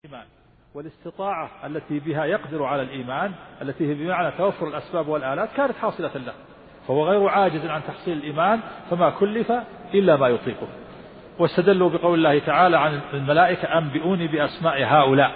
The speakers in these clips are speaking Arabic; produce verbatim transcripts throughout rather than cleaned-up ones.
الإيمان والاستطاعة التي بها يقدر على الإيمان التي هي بمعنى توفر الأسباب والآلات كانت حاصلة له، فهو غير عاجز عن تحصيل الإيمان فما كلف إلا ما يطيقه. واستدلوا بقول الله تعالى عن الملائكة أنبئوني بأسماء هؤلاء،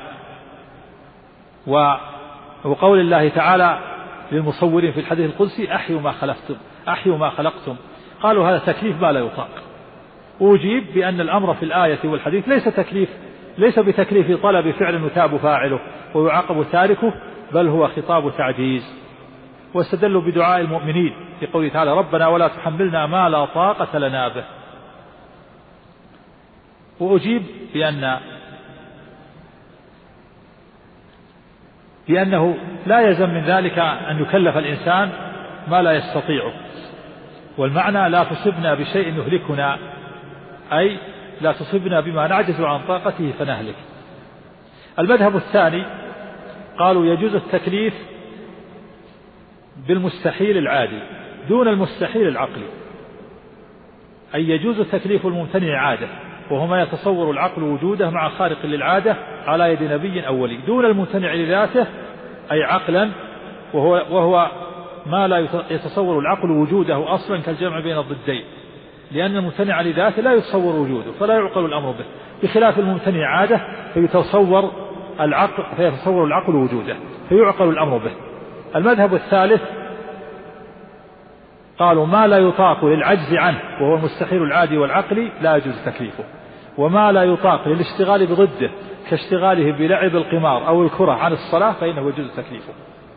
وقول الله تعالى للمصورين في الحديث القدسي أحيوا ما خلقتم أحيوا ما خلقتم، قالوا هذا تكليف ما لا يطاق. وأجيب بأن الأمر في الآية والحديث ليس تكليف ليس بتكليف طلب فعل يثاب فاعله ويعاقب تاركه، بل هو خطاب تعجيز. واستدلوا بدعاء المؤمنين في قوله تعالى ربنا ولا تحملنا ما لا طاقة لنا به. وأجيب بأن بأنه لا يلزم من ذلك أن يكلف الإنسان ما لا يستطيعه، والمعنى لا تصبنا بشيء يهلكنا، أي لا تصبنا بما نعجز عن طاقته فنهلك. المذهب الثاني قالوا يجوز التكليف بالمستحيل العادي دون المستحيل العقلي، أي يجوز تكليف الممتنع عادة وهو ما يتصور العقل وجوده مع خارق للعادة على يد نبي أولي، دون الممتنع لذاته أي عقلا وهو, وهو ما لا يتصور العقل وجوده أصلا كالجمع بين الضدين، لأن الممتنع لذاته لا يتصور وجوده فلا يعقل الأمر به، بخلاف الممتنع عادة فيتصور العقل فيتصور العقل وجوده فيعقل الأمر به. المذهب الثالث قالوا ما لا يطاق للعجز عنه وهو المستحيل العادي والعقلي لا يجوز تكليفه، وما لا يطاق للاشتغال بضده كاشتغاله بلعب القمار أو الكرة عن الصلاة فإنه يجوز تكليفه.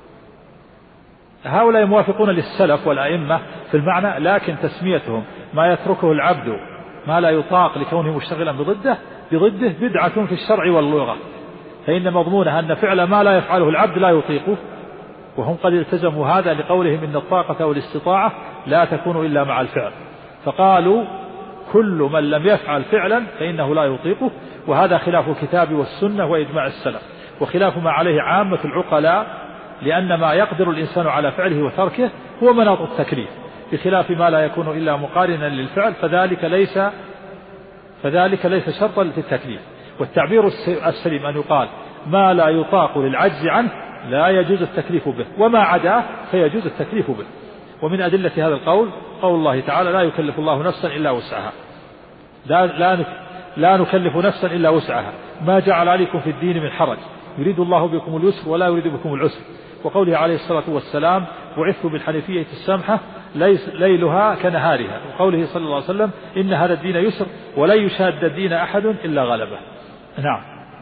هؤلاء موافقون للسلف والأئمة في المعنى، لكن تسميتهم ما يتركه العبد ما لا يطاق لكونه مشتغلا بضده بضده بدعة في الشرع واللغة، فإن مضمونها أن فعل ما لا يفعله العبد لا يطيقه، وهم قد التزموا هذا لقولهم إن الطاقة والاستطاعة لا تكون إلا مع الفعل، فقالوا كل من لم يفعل فعلا فإنه لا يطيقه، وهذا خلاف الكتاب والسنة وإجماع السلف وخلاف ما عليه عامة العقلاء، لأن ما يقدر الإنسان على فعله وتركه هو مناط التكليف، بخلاف ما لا يكون إلا مقارنا للفعل فذلك ليس فذلك ليس شرطا للتكليف. والتعبير السليم أن يقال ما لا يطاق للعجز عنه لا يجوز التكليف به، وما عداه فيجوز التكليف به. ومن أدلة هذا القول قول الله تعالى لا يكلف الله نفسا إلا وسعها، لا, لا, لا نكلف نفسا إلا وسعها ما جعل عليكم في الدين من حرج يريد الله بكم اليسر ولا يريد بكم العسر. وقوله عليه الصلاة والسلام بعثت بالحنيفية السمحة ليس ليلها كنهارها، وقوله صلى الله عليه وسلم إن هذا الدين يسر ولا يشاد الدين أحد إلا غلبه. نعم.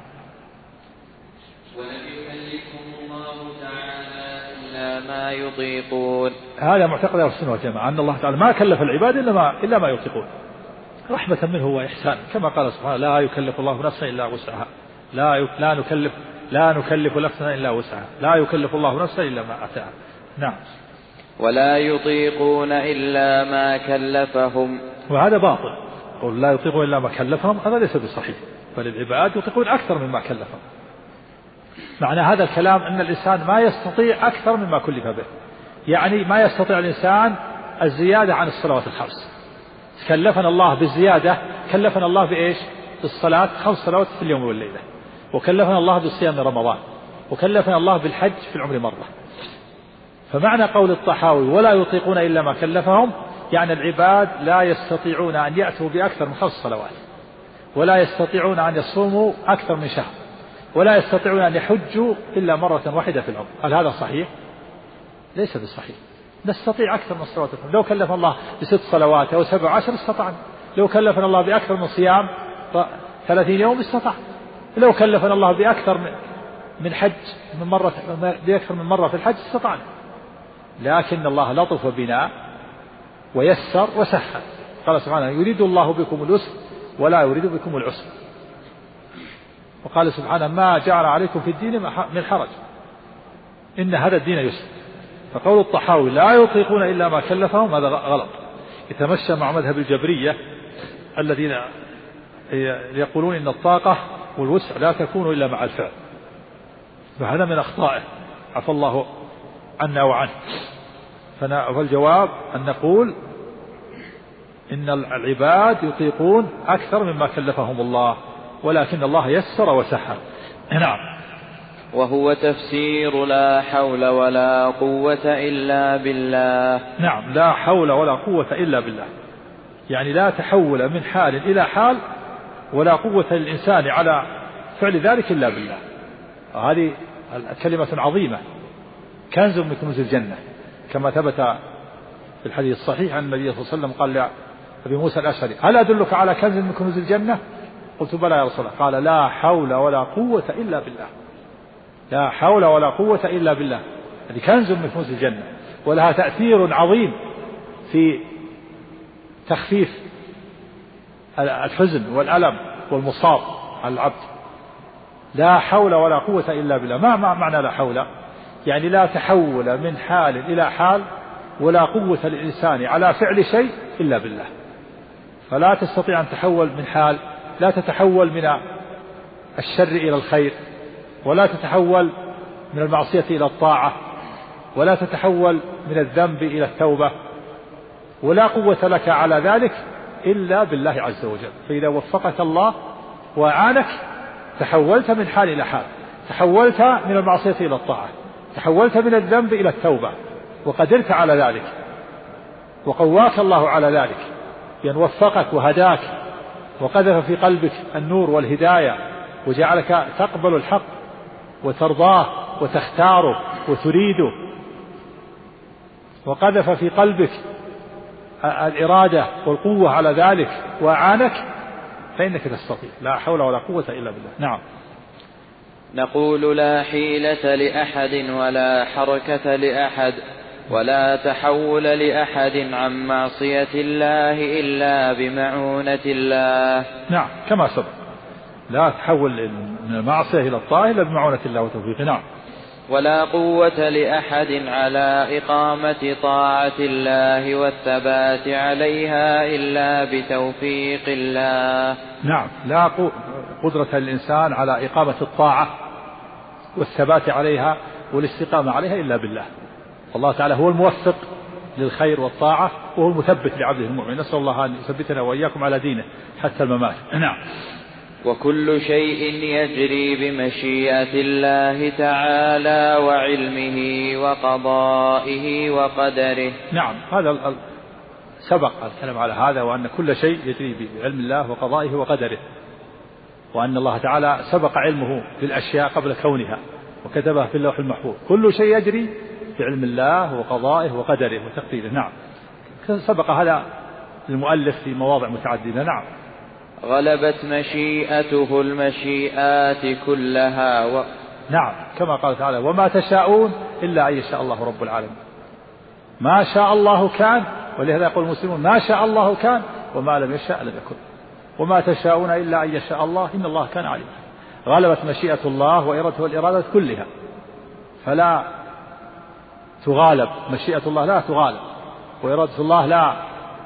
ولم يكلفهم الله تعالى إلا ما يطيقون، هذا معتقد أهل السنة والجماعة أن الله تعالى ما كلف العباد إلا ما, إلا ما يطيقون رحمة منه وإحسان، كما قال سبحانه لا يكلف الله نفسا إلا وسعها لا, لا نكلف لا نكلف نفسا إلا وسعها لا يكلف الله نفسا إلا ما أتاها. نعم. ولا يطيقون إلا ما كلفهم، وهذا باطل، قول لا يطيقون إلا ما كلفهم هذا ليس بصحيح، بل العباد يطيقون أكثر مما كلفهم. معنى هذا الكلام أن الإنسان ما يستطيع أكثر مما كلف به، يعني ما يستطيع الإنسان الزيادة عن الصلوات الخمس، كلفنا الله بالزيادة كلفنا الله بإيش؟ بالصلاة خمس صلوات في اليوم والليلة، وكلفنا الله بالصيام رمضان، وكلفنا الله بالحج في العمر مرة. فمعنى قول الطحاوي ولا يطيقون إلا ما كلفهم يعني العباد لا يستطيعون أن يأتوا بأكثر من خمس صلوات، ولا يستطيعون أن يصوموا أكثر من شهر، ولا يستطيعون أن يحجوا إلا مرة واحدة في العمر. هل هذا صحيح؟ ليس بصحيح. نستطيع أكثر من الصلوات الخمس، لو كلف الله بست صلوات أو سبع عشر استطعنا، لو كلفنا الله بأكثر من صيام ثلاثين يوم استطاع، لو كلفنا الله بأكثر من حج من مرة بأكثر من مرة في الحج استطعنا، لكن الله لطف بنا ويسر وسهل. قال سبحانه يريد الله بكم اليسر ولا يريد بكم العسر، وقال سبحانه ما جعل عليكم في الدين من حرج إن هذا الدين يسر. فقول الطحاوي لا يطيقون إلا ما كلفهم هذا غلط، يتمشى مع مذهب الجبرية الذين يقولون إن الطاقة والوسع لا تكون إلا مع الفعل، فهذا من أخطائه عفى الله عنا وعنه. فالجواب أن نقول إن العباد يطيقون أكثر مما كلفهم الله، ولكن الله يسر وسهل. نعم. وهو تفسير لا حول ولا قوة إلا بالله. نعم، لا حول ولا قوة إلا بالله، يعني لا تحول من حال إلى حال ولا قوة للإنسان على فعل ذلك إلا بالله. هذه كلمة عظيمة، كنز من كنوز الجنة، كما ثبت في الحديث الصحيح عن النبي صلى الله عليه وسلم قال لأبي موسى الأشعري: هل أدلك على كنز من كنوز الجنة؟ قلت: بلى يا رسول الله. قال: لا حول ولا قوة إلا بالله. لا حول ولا قوة إلا بالله، هذه كنز من كنوز الجنة، ولها تأثير عظيم في تخفيف الحزن والألم والمصاب على العبد. لا حول ولا قوة إلا بالله. ما معنى لا حول؟ يعني لا تحول من حال إلى حال ولا قوة للإنسان على فعل شيء إلا بالله. فلا تستطيع أن تحول من حال، لا تتحول من الشر إلى الخير، ولا تتحول من المعصية إلى الطاعة، ولا تتحول من الذنب إلى التوبة، ولا قوة لك على ذلك إلا بالله عز وجل. فإذا وفقك الله وأعانك تحولت من حال إلى حال، تحولت من المعصية إلى الطاعة، تحولت من الذنب إلى التوبة، وقدرت على ذلك، وقواك الله على ذلك بأن وفقك وهداك وقذف في قلبك النور والهداية وجعلك تقبل الحق وترضاه وتختاره وتريده، وقذف في قلبك الإرادة والقوة على ذلك وأعانك، فإنك تستطيع. لا حول ولا قوة إلا بالله. نعم. نقول: لا حيلة لأحد ولا حركة لأحد ولا تحول لأحد عن معصية الله إلا بمعونة الله. نعم، كما سبق، لا تحول من المعصية إلى الطاعة إلا بمعونة الله وتوفيقه. نعم. ولا قوة لأحد على إقامة طاعة الله والثبات عليها إلا بتوفيق الله. نعم، لا قدرة للإنسان على إقامة الطاعة والثبات عليها والاستقامة عليها إلا بالله. الله تعالى هو الموفق للخير والطاعة، وهو المثبت لعبده المؤمن. نسأل الله أن يثبتنا وإياكم على دينه حتى الممات. نعم. وكل شيء يجري بمشيئة الله تعالى وعلمه وقضائه وقدره. نعم، هذا سبق الكلام على هذا، وأن كل شيء يجري بعلم الله وقضائه وقدره، وأن الله تعالى سبق علمه للأشياء قبل كونها وكتبها في اللوح المحفوظ. كل شيء يجري بعلم الله وقضائه وقدره وتقديره. نعم، سبق هذا المؤلف في مواضع متعددة. نعم. غلبت مشيئته المشيئات كلها و... نعم، كما قال تعالى: وما تشاءون إلا أن يشاء الله رب العالمين. ما شاء الله كان، ولهذا يقول المسلمون: ما شاء الله كان وما لم يشاء لم يكن، وما تشاءون إلا أن يشاء الله إن الله كان عليما. غلبت مشيئة الله وإرادته الإرادة كلها، فلا تغالب مشيئة الله، لا تغالب، وإرادة الله لا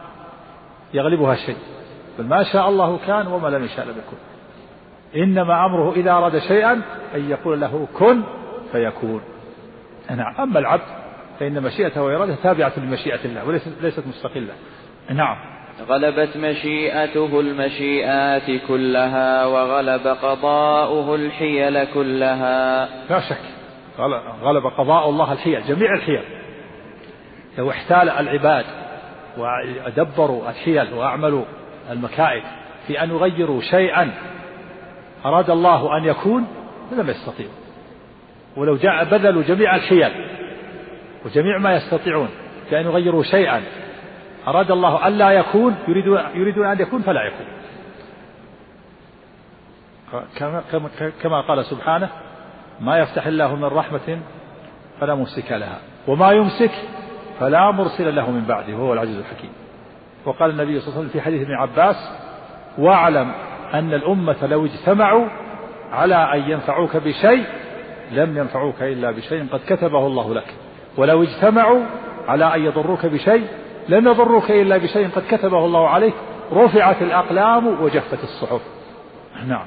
يغلبها شيء، بل ما شاء الله كان وما لم يشاء لم يكن. إنما أمره إذا أراد شيئا أن يقول له كن فيكون. نعم. أما العبد فإن مشيئته وإرادته تابعة لمشيئة الله وليست مستقلة. نعم. غلبت مشيئته المشيئات كلها وغلب قضاؤه الحيل كلها. لا شك، غلب قضاء الله الحيل، جميع الحيل. لو احتال العباد وأدبروا الحيل وأعملوا المكائد في أن يغيروا شيئا أراد الله أن يكون لم يستطيعوا، ولو جاء بذلوا جميع الحيل وجميع ما يستطيعون في أن يغيروا شيئا أراد الله أن لا يكون، يريدون, يريدون أن يكون فلا يكون. كما قال سبحانه: ما يفتح الله من رحمة فلا ممسك لها وما يمسك فلا مرسل له من بعده وهو العزيز الحكيم. وقال النبي صلى الله عليه وسلم في حديث ابن عباس: واعلم أن الأمة لو اجتمعوا على أن ينفعوك بشيء لم ينفعوك إلا بشيء قد كتبه الله لك، ولو اجتمعوا على أن يضروك بشيء لم يضروك إلا بشيء قد كتبه الله عليك، رفعت الأقلام وجفت الصحف. نعم.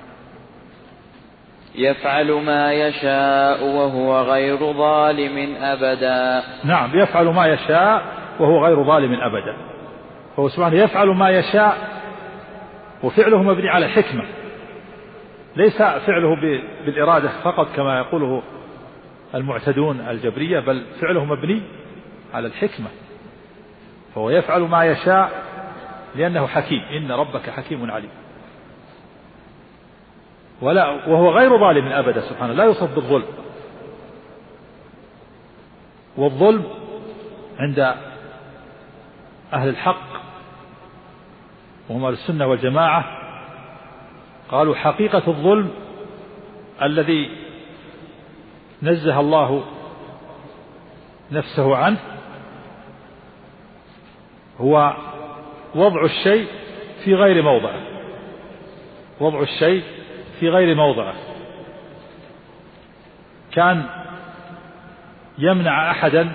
يفعل ما يشاء وهو غير ظالم أبدا. نعم، يفعل ما يشاء وهو غير ظالم أبدا. فهو سبحانه يفعل ما يشاء، وفعله مبني على حكمة، ليس فعله بالإرادة فقط كما يقوله المعتدون الجبرية، بل فعله مبني على الحكمة، فهو يفعل ما يشاء لأنه حكيم، إن ربك حكيم عليم. ولا وهو غير ظالم أبدا سبحانه، لا يصف بالظلم. والظلم عند أهل الحق وهم أهل السنة والجماعة قالوا حقيقة الظلم الذي نزه الله نفسه عنه هو وضع الشيء في غير موضعه، وضع الشيء في غير موضعه، كان يمنع أحدا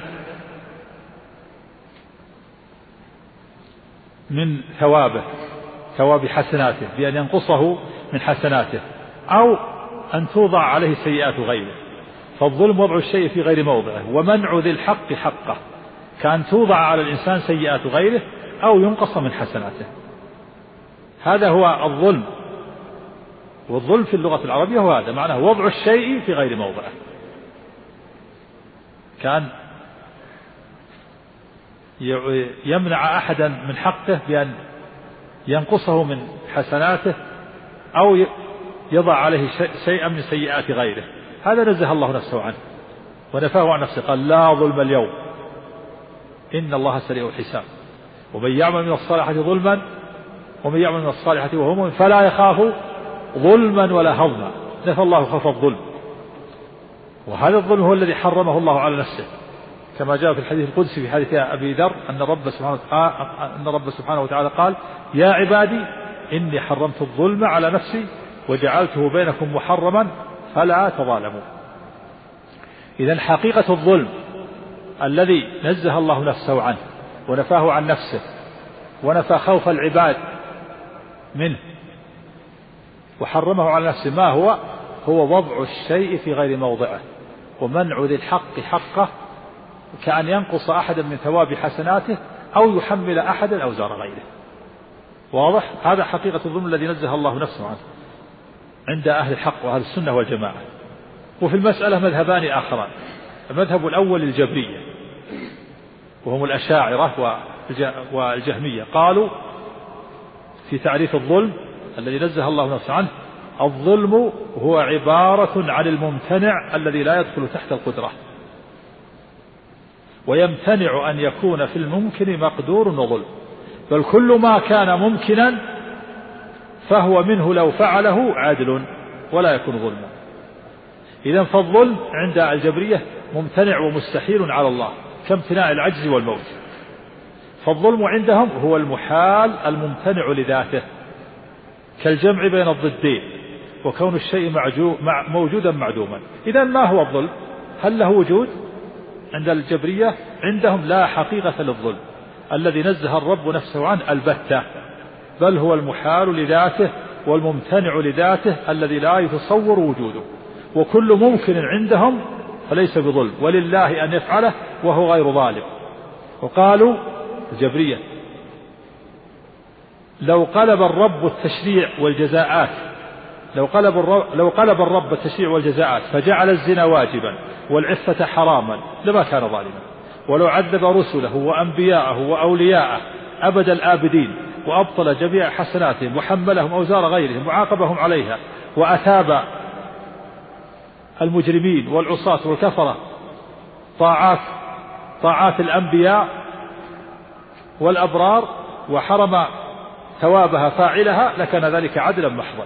من ثوابه، ثواب حسناته، بأن ينقصه من حسناته، أو أن توضع عليه سيئات غيره. فالظلم وضع الشيء في غير موضعه، ومنع ذي الحق حقه، كان توضع على الإنسان سيئات غيره أو ينقص من حسناته. هذا هو الظلم. والظلم في اللغة العربية هو هذا معناه، وضع الشيء في غير موضعه، كان يمنع أحدا من حقه بأن ينقصه من حسناته أو يضع عليه شيئا من سيئات غيره. هذا نزه الله نفسه عنه ونفاه عن نفسه، قال لا ظلم اليوم إن الله سريع الحساب ومن يعمل من الصالحات ظلما ومن يعمل من الصالحات وهو مؤمن فلا يخاف ظلما ولا هضما. نفى الله خوف الظلم، وهذا الظلم هو الذي حرمه الله على نفسه، كما جاء في الحديث القدسي في حديث أبي ذر أن رب سبحانه وتعالى أن رب سبحانه وتعالى قال يا عبادي إني حرمت الظلم على نفسي وجعلته بينكم محرما فلا تظالموا. إذن حقيقة الظلم الذي نزه الله نفسه عنه ونفاه عن نفسه ونفى خوف العباد منه وحرمه على نفسه ما هو هو وضع الشيء في غير موضعه، ومنع ذي الحق حقه، كأن ينقص أحدا من ثواب حسناته أو يحمل أحدا أوزار غيره. واضح؟ هذا حقيقة الظلم الذي نزه الله نفسه عنه عند أهل الحق وأهل السنة والجماعة. وفي المسألة مذهبان آخران. المذهب الأول الجبرية وهم الأشاعرة والجهمية، قالوا في تعريف الظلم الذي نزه الله نفسه عنه: الظلم هو عبارة عن الممتنع الذي لا يدخل تحت القدرة، ويمتنع أن يكون في الممكن مقدور وظلم، بل كل ما كان ممكنا فهو منه لو فعله عدل ولا يكون ظلما. إذن فالظلم عند الجبرية ممتنع ومستحيل على الله كامتناع العجز والموت. فالظلم عندهم هو المحال الممتنع لذاته، كالجمع بين الضدين وكون الشيء موجودا معدوما. إذن ما هو الظلم؟ هل له وجود؟ عند الجبرية عندهم لا حقيقة للظلم الذي نزه الرب نفسه عنه البتة، بل هو المحال لذاته والممتنع لذاته الذي لا يتصور وجوده، وكل ممكن عندهم فليس بظلم، ولله أن يفعله وهو غير ظالم. وقالوا الجبرية: لو قلب الرب التشريع والجزاءات لو قلب الرب, لو قلب الرب التشريع والجزاءات فجعل الزنا واجبا والعفة حراما لما كان ظالما، ولو عذب رسله وأنبياءه وأولياءه أبد الآبدين وأبطل جميع حسناتهم وحملهم أوزار غيرهم وعاقبهم عليها وأثاب المجرمين والعصاة والكفرة طاعات طاعات الأنبياء والأبرار وحرم ثوابها فاعلها لكان ذلك عدلا محضا.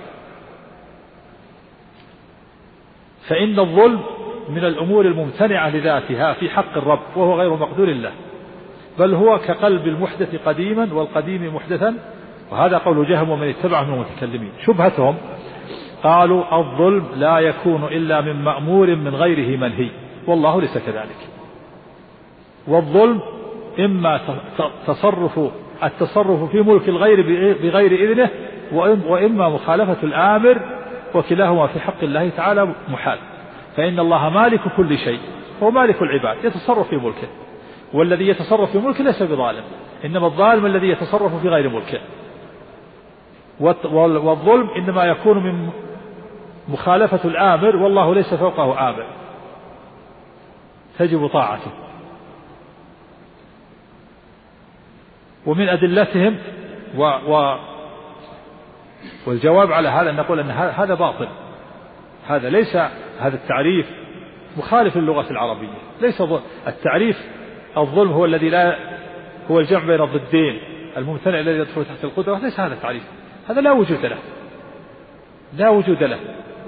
فإن الظلم من الأمور الممتنعة لذاتها في حق الرب وهو غير مقدور له، بل هو كقلب المحدث قديما والقديم محدثا، وهذا قول جهم ومن اتبعهم من المتكلمين. شبهتهم قالوا: الظلم لا يكون إلا من مأمور من غيره منهي، والله ليس كذلك. والظلم إما تصرف التصرف في ملك الغير بغير إذنه، وإما مخالفة الآمر، وكلاهما في حق الله تعالى محال. فإن الله مالك كل شيء، هو مالك العباد يتصرف في ملكه، والذي يتصرف في ملكه ليس بظالم، إنما الظالم الذي يتصرف في غير ملكه. والظلم إنما يكون من مخالفة الآمر والله ليس فوقه آمر، تجب طاعته. ومن أدلتهم و و والجواب على هذا أن نقول أن هذا باطل، هذا ليس، هذا التعريف مخالف للغة العربية. ليس التعريف الظلم هو الذي لا هو الجمع بين الضدين الممتنع الذي يدخل تحت القدرة، ليس هذا التعريف، هذا لا وجود له، لا وجود له.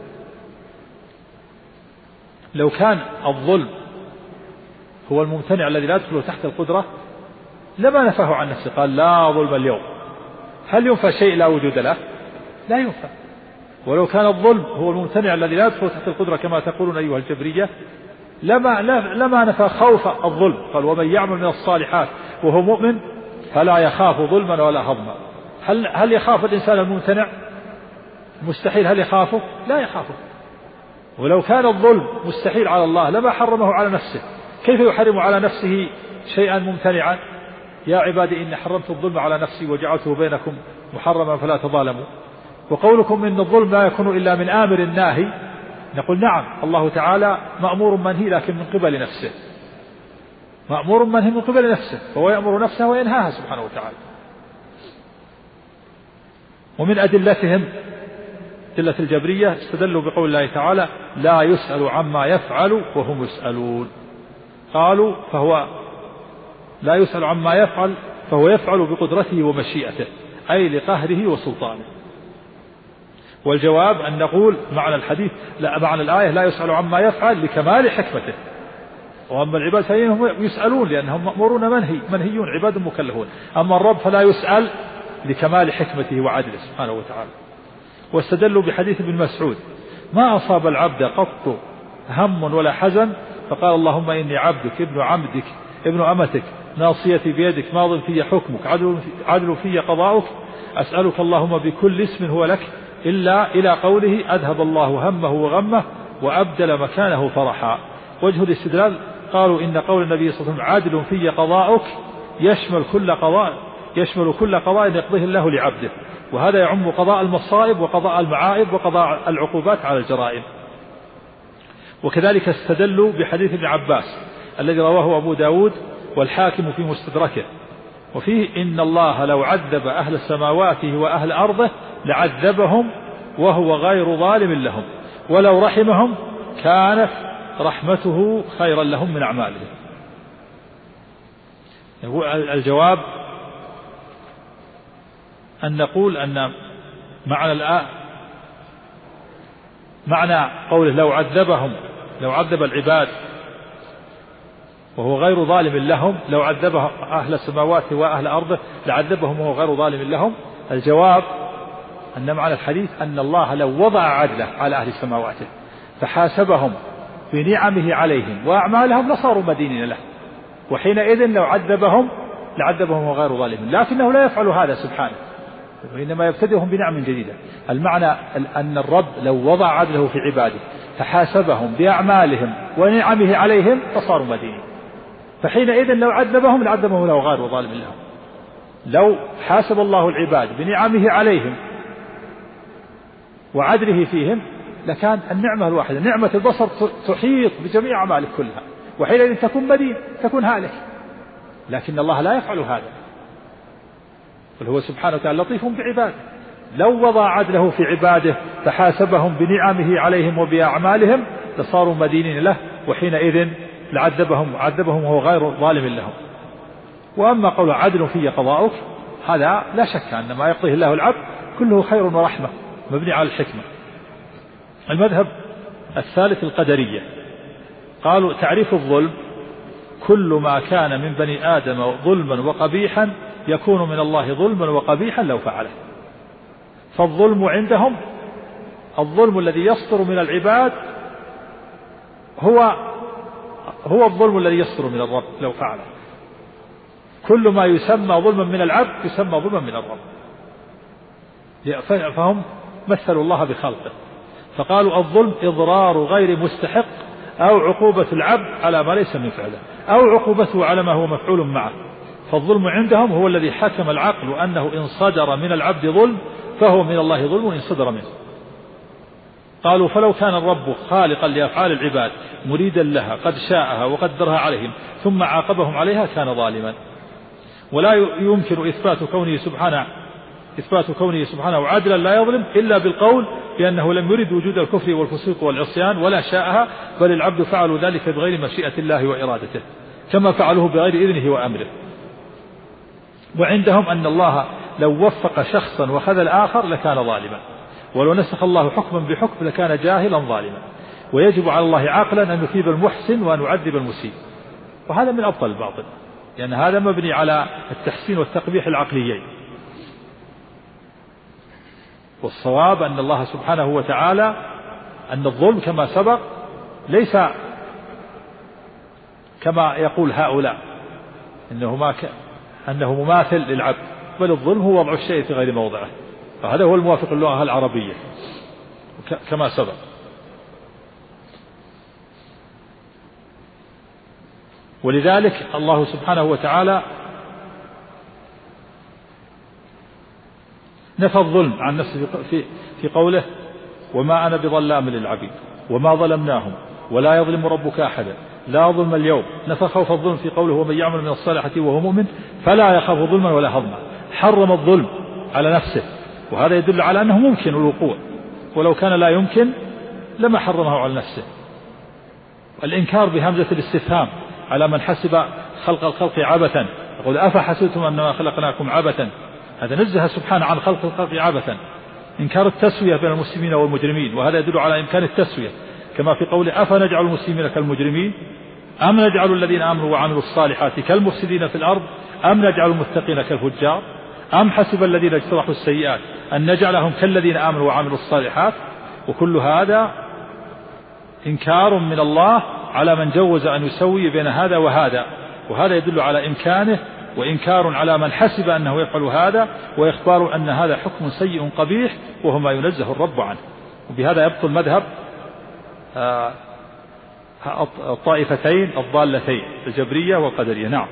لو كان الظلم هو الممتنع الذي لا يدخل تحت القدرة لما نفاه عن نفسه، قال لا ظلم اليوم. هل ينفى شيء لا وجود له؟ لا ينفى. ولو كان الظلم هو الممتنع الذي لا يدخل تحت القدرة كما تقولون أيها الجبرية لما, لما نفى خوف الظلم، قال ومن يعمل من الصالحات وهو مؤمن فلا يخاف ظلما ولا هضما. هل, هل يخاف الإنسان الممتنع؟ مستحيل. هل يخافه؟ لا يخافه. ولو كان الظلم مستحيل على الله لما حرمه على نفسه. كيف يحرم على نفسه شيئا ممتنعا؟ يا عبادي إني حرمت الظلم على نفسي وجعلته بينكم محرما فلا تظالموا. وقولكم إن الظلم لا يكون إلا من آمر الناهي، نقول نعم، الله تعالى مأمور منهي لكن من قبل نفسه، مأمور منهي من قبل نفسه، فهو يأمر نفسه وينهاها سبحانه وتعالى. ومن أدلتهم أدلة الجبرية استدلوا بقول الله تعالى لا يسأل عما يفعل وهم يسألون. قالوا فهو لا يسأل عما يفعل فهو يفعل بقدرته ومشيئته، أي لقهره وسلطانه. والجواب أن نقول معنى الحديث لا، معنى الآية لا يسأل عما يفعل لكمال حكمته، وأما العباد فإنهم يسألون لأنهم مأمورون منهي منهيون عباد مكلفون. أما الرب فلا يسأل لكمال حكمته وعدله سبحانه وتعالى. واستدلوا بحديث ابن مسعود ما أصاب العبد قط هم ولا حزن فقال اللهم إني عبدك ابن عبدك ابن أمتك ناصيتي بيدك ماض في حكمك عدل في, عدل في قضاؤك أسألك اللهم بكل اسم هو لك إلا إلى قوله أذهب الله همه وغمه وأبدل مكانه فرحا. وجه الاستدلال قالوا إن قول النبي صلى الله عليه وسلم عدل في قضاؤك يشمل كل قضاء يشمل كل قضاء يقضيه الله لعبده، وهذا يعم قضاء المصائب وقضاء المعائب وقضاء العقوبات على الجرائم. وكذلك استدلوا بحديث ابن عباس الذي رواه أبو داود والحاكم في مستدركه، وفيه إن الله لو عذب أهل سماواته وأهل أرضه لعذبهم وهو غير ظالم لهم، ولو رحمهم كانت رحمته خيرا لهم من أعمالهم. الجواب أن نقول أن معنى الآية معنى قوله لو عذبهم لو عذب العباد وهو غير ظالم لهم، لو عذب أهل السماوات وأهل أرضه لعذبهم وهو غير ظالم لهم. الجواب أن معنى الحديث أن الله لو وضع عدله على أهل سماواته فحاسبهم بنعمه عليهم وأعمالهم لصاروا مدينين له، وحينئذ لو عذبهم لعذبهم وهو غير ظالم، لكنه لا يفعل هذا سبحانه، وإنما يبتدئهم بنعم جديدة. المعنى أن الرب لو وضع عدله في عباده فحاسبهم بأعمالهم ونعمه عليهم فصاروا مدينين، فحينئذ لو عذبهم لعذبهم له غير ظالم لهم. لو حاسب الله العباد بنعمه عليهم وعدله فيهم لكان النعمة الواحدة نعمة البصر تحيط بجميع أعمالك كلها، وحينئذ تكون مدين تكون هالك، لكن الله لا يفعل هذا، بل هو سبحانه وتعالى لطيف بعباده. لو وضع عدله في عباده فحاسبهم بنعمه عليهم وبأعمالهم لصاروا مدينين له، وحينئذ لعذبهم عذبهم وهو غير ظالم لهم. وأما قول عدل في قضاؤك هذا لا شك أن ما يقضيه الله العبد كله خير ورحمة مبني على الحكمة. المذهب الثالث القدرية قالوا تعريف الظلم كل ما كان من بني آدم ظلما وقبيحا يكون من الله ظلما وقبيحا لو فعله. فالظلم عندهم الظلم الذي يصدر من العباد هو هو الظلم الذي يصدر من الرب لو فعله. كل ما يسمى ظلما من العبد يسمى ظلما من الرب، فهم مثلوا الله بخلقه فقالوا الظلم إضرار غير مستحق أو عقوبة العبد على ما ليس من فعله أو عقوبته على ما هو مفعول معه. فالظلم عندهم هو الذي حكم العقل أنه إن صدر من العبد ظلم فهو من الله ظلم إن صدر منه. قالوا فلو كان الرب خالقا لأفعال العباد مريدا لها قد شاءها وقدرها عليهم ثم عاقبهم عليها كان ظالما. ولا يمكن إثبات كونه سبحانه إثبات كونه سبحانه عادلا لا يظلم إلا بالقول بأنه لم يرد وجود الكفر والفسوق والعصيان ولا شاءها، بل العبد فعلوا ذلك بغير مشيئة الله وإرادته كما فعلوه بغير إذنه وأمره. وعندهم أن الله لو وفق شخصا وخذل آخر لكان ظالما، ولو نسخ الله حكما بحكم لكان جاهلا ظالما. ويجب على الله عقلا أن يثيب المحسن وأن يعذب المسيء، وهذا من أبطل الباطل، لأن يعني هذا مبني على التحسين والتقبيح العقليين. والصواب أن الله سبحانه وتعالى أن الظلم كما سبق ليس كما يقول هؤلاء إنه, ما ك... أنه مماثل للعبد، بل الظلم هو وضع الشيء في غير موضعه، فهذا هو الموافق للغة العربية ك... كما سبق. ولذلك الله سبحانه وتعالى نفى الظلم عن نفسه في في قوله وما أنا بظلام للعبيد وما ظلمناهم ولا يظلم ربك أحدا لا ظلم اليوم. نفى خوف الظلم في قوله ومن يعمل من الصالحات وهو مؤمن فلا يخاف ظلما ولا هضما. حرم الظلم على نفسه، وهذا يدل على أنه ممكن الوقوع، ولو كان لا يمكن لما حرمه على نفسه. الإنكار بهمزة الاستفهام على من حسب خلق الخلق عبثا، يقول أفحسبتم أنما خلقناكم عبثا، هذا نزه سبحانه عن خلق الخلق عبثا. إنكار التسوية بين المسلمين والمجرمين، وهذا يدل على إمكان التسوية، كما في قوله أفنجعل المسلمين كالمجرمين أم نجعل الذين آمنوا وعملوا الصالحات كالمفسدين في الأرض أم نجعل المتقين كالفجار أم حسب الذين اجترحوا السيئات أن نجعلهم كالذين آمنوا وعملوا الصالحات. وكل هذا إنكار من الله على من جوز أن يسوي بين هذا وهذا، وهذا يدل على إمكانه، وإنكار على من حسب أنه يفعل هذا، وإخبار أن هذا حكم سيء قبيح وهو ما ينزه الرب عنه. وبهذا يبطل مذهب الطائفتين الضالتين الجبرية والقدرية. نعم.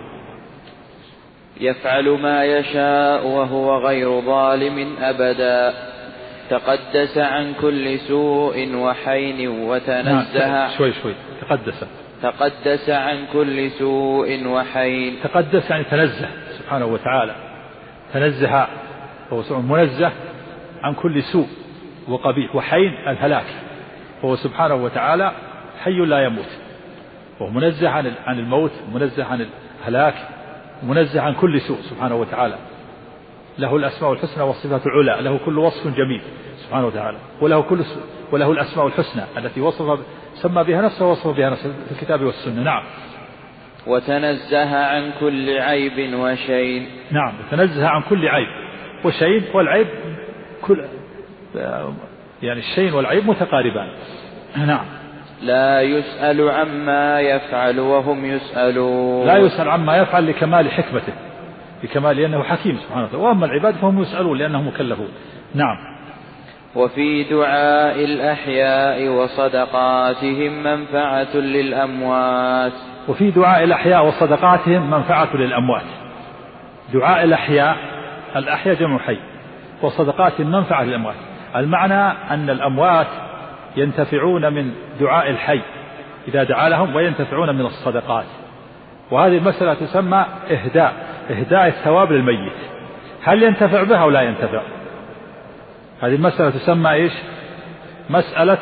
يفعل ما يشاء وهو غير ظالم أبدا، تقدس عن كل سوء وحين وتنزه. نعم. شوي شوي تقدس تقدس عن كل سوء وحين. تقدس يعني تنزه سبحانه وتعالى، تنزه هو منزه عن كل سوء وقبيح، وحين الهلاك، هو سبحانه وتعالى حي لا يموت، وهو منزه عن عن الموت، منزه عن الهلاك، منزه عن كل سوء سبحانه وتعالى. له الأسماء الحسنى والصفات العلى، له كل وصف جميل سبحانه وتعالى، وله كل وله الأسماء الحسنى التي وصف سمى بها نفسه ووصف بها نفسه في الكتاب والسنة. نعم. وتنزه عن كل عيب وشين. نعم، تنزه عن كل عيب وشين، والعيب كل يعني الشين والعيب متقاربان. نعم. لا يسأل عما يفعل وهم يسألون. لا يسأل عما يفعل لكمال حكمته، لكمال لأنه حكيم سبحانه وتعالى، وأما العباد فهم يسألون لأنهم مكلفون. نعم. وفي دعاء الأحياء وصدقاتهم منفعة للأموات. وفي دعاء الأحياء وصدقاتهم منفعة للأموات. دعاء الأحياء، الأحياء جمع حي، وصدقاتهم منفعة للأموات. المعنى أن الأموات ينتفعون من دعاء الحي إذا دعا لهم، وينتفعون من الصدقات. وهذه المسألة تسمى إهداء إهداء الثواب للميت. هل ينتفع بها أو لا ينتفع؟ هذه المسألة تسمى إيش؟ مسألة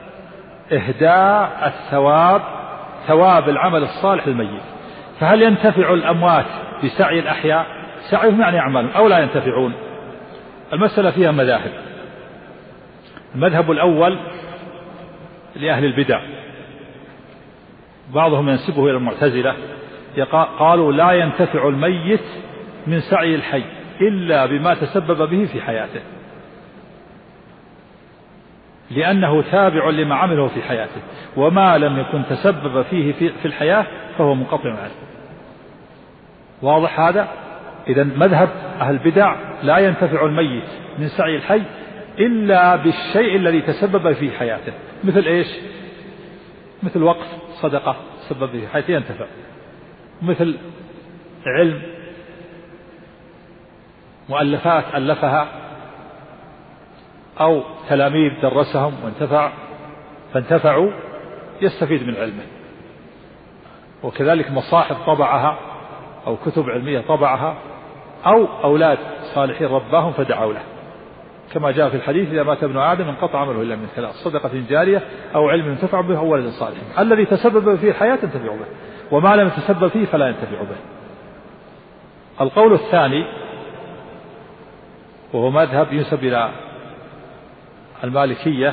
إهداء الثواب، ثواب العمل الصالح للميت. فهل ينتفع الأموات بسعي الأحياء، سعيهم يعني أعمالهم، أو لا ينتفعون؟ المسألة فيها مذاهب. المذهب الأول لأهل البدع، بعضهم ينسبه إلى المعتزلة، قالوا لا ينتفع الميت من سعي الحي إلا بما تسبب به في حياته، لأنه تابع لما عمله في حياته، وما لم يكن تسبب فيه في الحياة فهو منقطع عنه. واضح هذا؟ إذن مذهب أهل البدع لا ينتفع الميت من سعي الحي إلا بالشيء الذي تسبب في حياته. مثل إيش؟ مثل وقف صدقة تسبب في حياته ينتفع، مثل علم، مؤلفات ألفها، أو تلاميذ درسهم وانتفع فانتفعوا يستفيد من علمه. وكذلك مصاحف طبعها أو كتب علمية طبعها أو أولاد صالحين رباهم فدعوا له، كما جاء في الحديث: إذا مات ابن آدم انقطع عمله إلا من ثلاث: صدقة جارية أو علم ينتفع به أو ولد صالح. الذي تسبب فيه الحياة ينتفع به، وما لم يتسبب فيه فلا ينتفع به. القول الثاني وهو مذهب ينسب إلى المالكية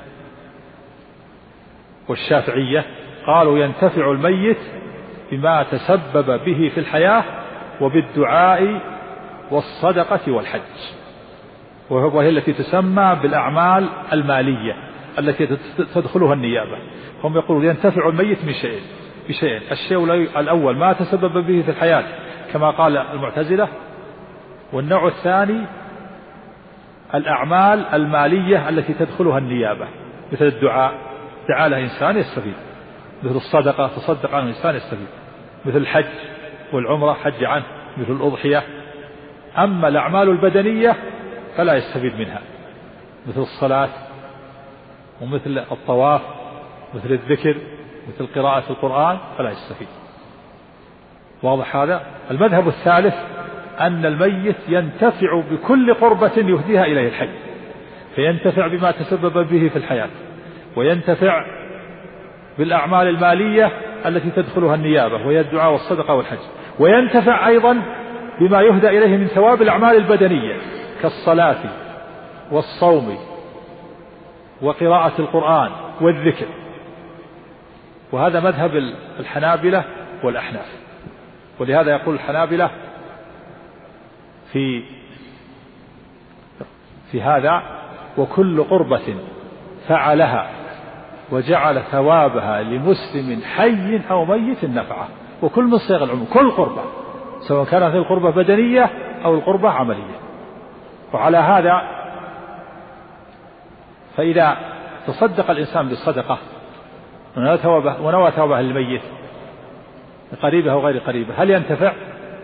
والشافعية، قالوا: ينتفع الميت بما تسبب به في الحياة وبالدعاء والصدقة والحج، وهي التي تسمى بالأعمال المالية التي تدخلها النيابة. هم يقولون ينتفع الميت من شيئين بشيئين: الشيء الأول ما تسبب به في الحياة كما قال المعتزلة، والنوع الثاني الأعمال المالية التي تدخلها النيابة، مثل الدعاء، دعا له إنسان يستفيد، مثل الصدقة تصدق عنه إنسان يستفيد، مثل الحج والعمرة حج عنه، مثل الأضحية. أما الأعمال البدنية فلا يستفيد منها، مثل الصلاة ومثل الطواف، مثل الذكر، مثل قراءة القرآن، فلا يستفيد. واضح هذا؟ المذهب الثالث أن الميت ينتفع بكل قربة يهديها إليه الحي، فينتفع بما تسبب به في الحياة، وينتفع بالأعمال المالية التي تدخلها النيابة وهي الدعاء والصدقة والحج، وينتفع أيضا بما يهدى إليه من ثواب الأعمال البدنية كالصلاة والصوم وقراءة القرآن والذكر. وهذا مذهب الحنابلة والأحناف. ولهذا يقول الحنابلة في في هذا: وكل قربة فعلها وجعل ثوابها لمسلم حي أو ميت نفعه. وكل من صيغ العموم، كل قربة، سواء كانت القربة بدنية أو القربة عملية. وعلى هذا فإذا تصدق الإنسان بالصدقة ونوى ثوابها للميت قريبه وغير قريبه، هل ينتفع؟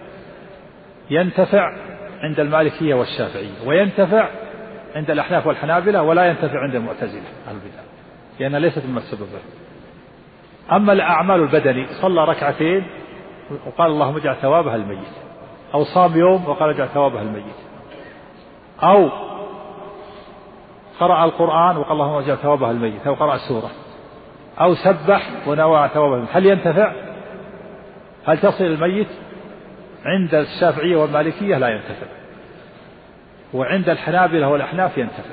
ينتفع عند المالكية والشافعية، وينتفع عند الأحناف والحنابلة، ولا ينتفع عند المعتزلة أهل البدع، لأنها ليست من السبب. أما الأعمال البدني، صلى ركعتين وقال اللهم اجعل ثوابها الميت، أو صام يوم وقال اجعل ثوابها الميت، أو قرأ القرآن وقال اللهم اجعل ثوابها الميت، أو قرأ سورة، أو سبح ونوى ثوابها الميت، هل ينتفع؟ هل تصل الميت؟ عند الشافعية والمالكية لا ينتفع، وعند الحنابلة والأحناف ينتفع.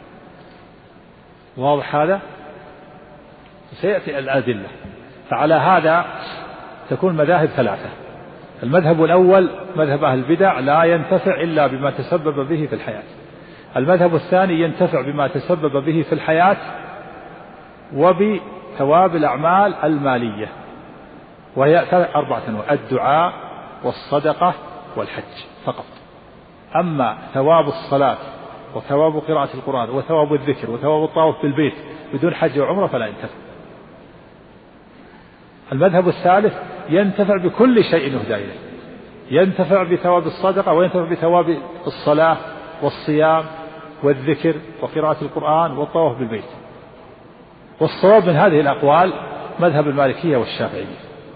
واضح هذا؟ سيأتي الأدلة. فعلى هذا تكون مذاهب ثلاثة: المذهب الأول مذهب أهل البدع لا ينتفع إلا بما تسبب به في الحياة. المذهب الثاني ينتفع بما تسبب به في الحياة وبثواب الأعمال المالية، وهي أربعة أنواع: الدعاء والصدقة والحج فقط. أما ثواب الصلاة وثواب قراءة القرآن وثواب الذكر وثواب الطواف بالبيت بدون حج وعمرة فلا ينتفع. المذهب الثالث ينتفع بكل شيء يهدى إليه، ينتفع بثواب الصدقة وينتفع بثواب الصلاة والصيام والذكر وقراءة القرآن والطواف بالبيت. والصواب من هذه الأقوال مذهب المالكية والشافعية.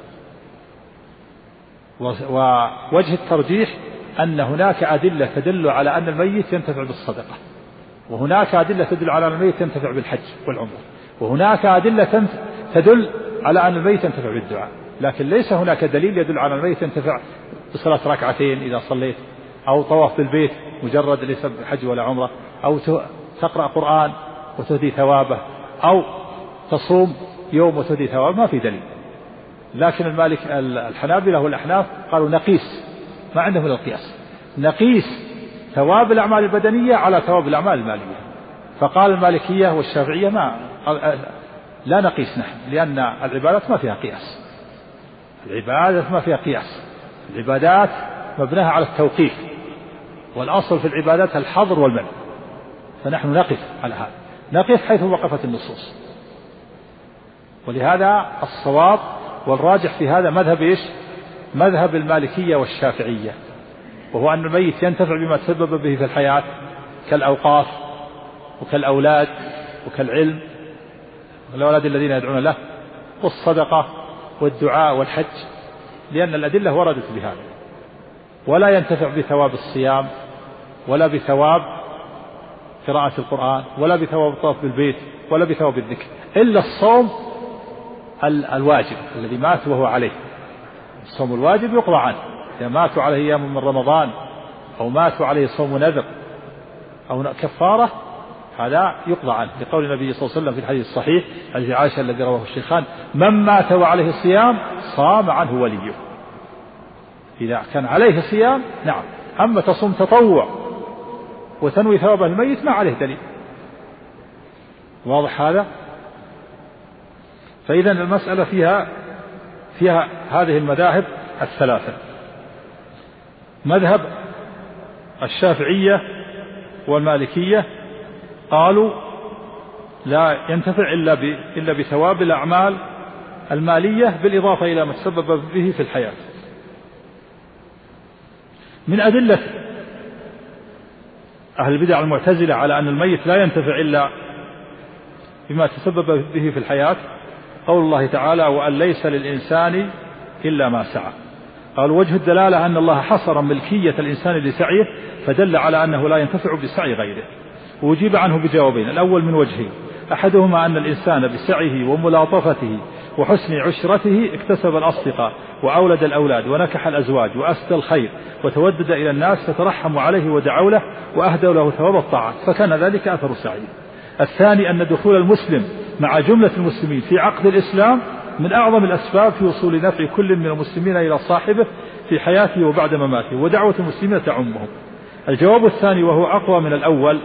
ووجه الترجيح أن هناك أدلة تدل على أن الميت ينتفع بالصدقة، وهناك أدلة تدل على أن الميت ينتفع بالحج والعمرة، وهناك أدلة تدل على أن الميت ينتفع بالدعاء، لكن ليس هناك دليل يدل على أن الميت ينتفع بصلاة ركعتين إذا صليت، أو طواف بالبيت مجرد ليس حج ولا عمرة، أو تقرأ قرآن وتهدي ثوابه، أو تصوم يوم وتهدي ثوابه، ما في دليل. لكن المالك الحنابلة والأحناف قالوا نقيس، ما عندهم القياس، نقيس ثواب الأعمال البدنية على ثواب الأعمال المالية. فقال المالكية والشافعية ما لا نقيس نحن، لأن العبادات ما فيها قياس، العبادات ما فيها قياس، العبادات مبناها على التوقيف، والأصل في العبادات الحظر والمنع، فنحن نقف على هذا، نقف حيث وقفت النصوص. ولهذا الصواب والراجح في هذا مذهب إيش؟ مذهب المالكية والشافعية، وهو أن الميت ينتفع بما تسبب به في الحياة كالأوقاف وكالأولاد وكالعلم، الأولاد الذين يدعون له، والصدقة والدعاء والحج، لأن الأدلة وردت بهذا. ولا ينتفع بثواب الصيام ولا بثواب قراءة القرآن ولا بثواب الطواف بالبيت ولا بثواب الذكر إلا الصوم الواجب الذي مات وهو عليه. الصوم الواجب يقضى عنه إذا ماتوا عليه أيام من رمضان أو ماتوا عليه صوم نذر أو كفارة، هذا يقضى عنه، لقول النبي صلى الله عليه وسلم في الحديث الصحيح حديث عائشة الذي رواه الشيخان: من مات وعليه صيام صام عنه وليه. إذا كان عليه صيام نعم، أما تصوم تطوع وتنوي ثواب الميت ما عليه دليل. واضح هذا؟ فإذا المسألة فيها فيها هذه المذاهب الثلاثة. مذهب الشافعية والمالكية قالوا لا ينتفع إلا إلا بثواب الأعمال المالية بالإضافة إلى ما تسبب به في الحياة. من أدلة أهل البدع المعتزلة على أن الميت لا ينتفع إلا بما تسبب به في الحياة قول الله تعالى: وأن ليس للإنسان إلا ما سعى. قال وجه الدلالة أن الله حصر ملكية الإنسان لسعيه فدل على أنه لا ينتفع بسعي غيره. وأجيب عنه بجوابين: الأول من وجهين، أحدهما أن الإنسان بسعيه وملاطفته وحسن عشرته اكتسب الأصدقاء وأولد الأولاد ونكح الأزواج وأسدى الخير وتودد إلى الناس فترحموا عليه ودعوا له وأهدوا له ثواب الطاعات، فكان ذلك أثر سعيه. الثاني أن دخول المسلم مع جملة المسلمين في عقد الإسلام من أعظم الأسباب في وصول نفع كل من المسلمين إلى صاحبه في حياته وبعد مماته، ودعوة المسلمين تعمهم. الجواب الثاني وهو أقوى من الأول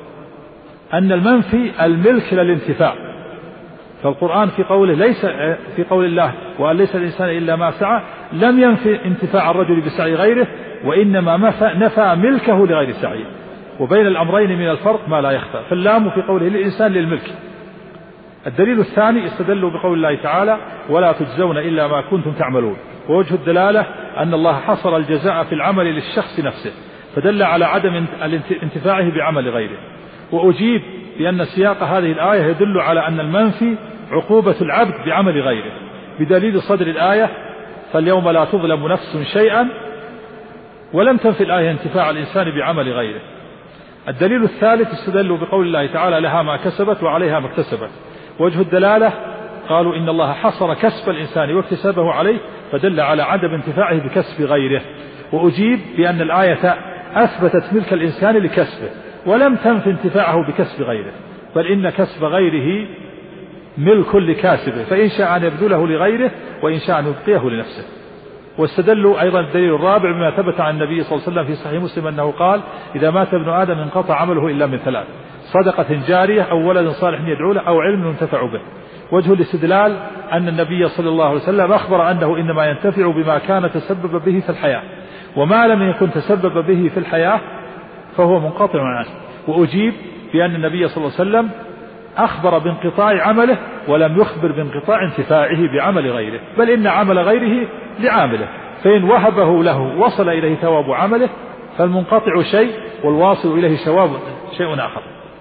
أن المنفي الملك للانتفاع، فالقرآن في قوله ليس في قول الله وأن ليس الإنسان إلا ما سعى لم ينفي انتفاع الرجل بسعي غيره، وإنما نفى ملكه لغير سعيه. وبين الأمرين من الفرق ما لا يخفى، فاللام في قوله للإنسان للملك. الدليل الثاني استدلوا بقول الله تعالى: ولا تجزون إلا ما كنتم تعملون. ووجه الدلالة أن الله حصر الجزاء في العمل للشخص نفسه فدل على عدم انتفاعه بعمل غيره. وأجيب بأن سياق هذه الآية يدل على أن المنفي عقوبة العبد بعمل غيره بدليل صدر الآية: فاليوم لا تظلم نفس شيئا، ولم تنفي الآية انتفاع الإنسان بعمل غيره. الدليل الثالث استدلوا بقول الله تعالى: لها ما كسبت وعليها ما اكتسبت. وجه الدلالة قالوا إن الله حصر كسب الإنسان واكتسابه عليه فدل على عدم انتفاعه بكسب غيره. وأجيب بأن الآية أثبتت ملك الإنسان لكسبه ولم تنفي انتفاعه بكسب غيره، بل إن كسب غيره ملك لكاسبه، فإن شاء أن يبذله لغيره وإن شاء أن يبقيه لنفسه. واستدلوا أيضا الدليل الرابع بما ثبت عن النبي صلى الله عليه وسلم في صحيح مسلم أنه قال: إذا مات ابن آدم انقطع عمله إلا من ثلاث: صدقة جارية أو ولد صالح يدعو له أو علم ينتفع به. وجه الاستدلال أن النبي صلى الله عليه وسلم أخبر أنه إنما ينتفع بما كان تسبب به في الحياة، وما لم يكن تسبب به في الحياة فهو منقطع عنه. وأجيب بأن النبي صلى الله عليه وسلم أخبر بانقطاع عمله ولم يخبر بانقطاع انتفاعه بعمل غيره، بل إن عمل غيره لعامله، فإن وهبه له وصل إليه ثواب عمله، فالمنقطع شيء والواصل إليه ثواب شيء آخر.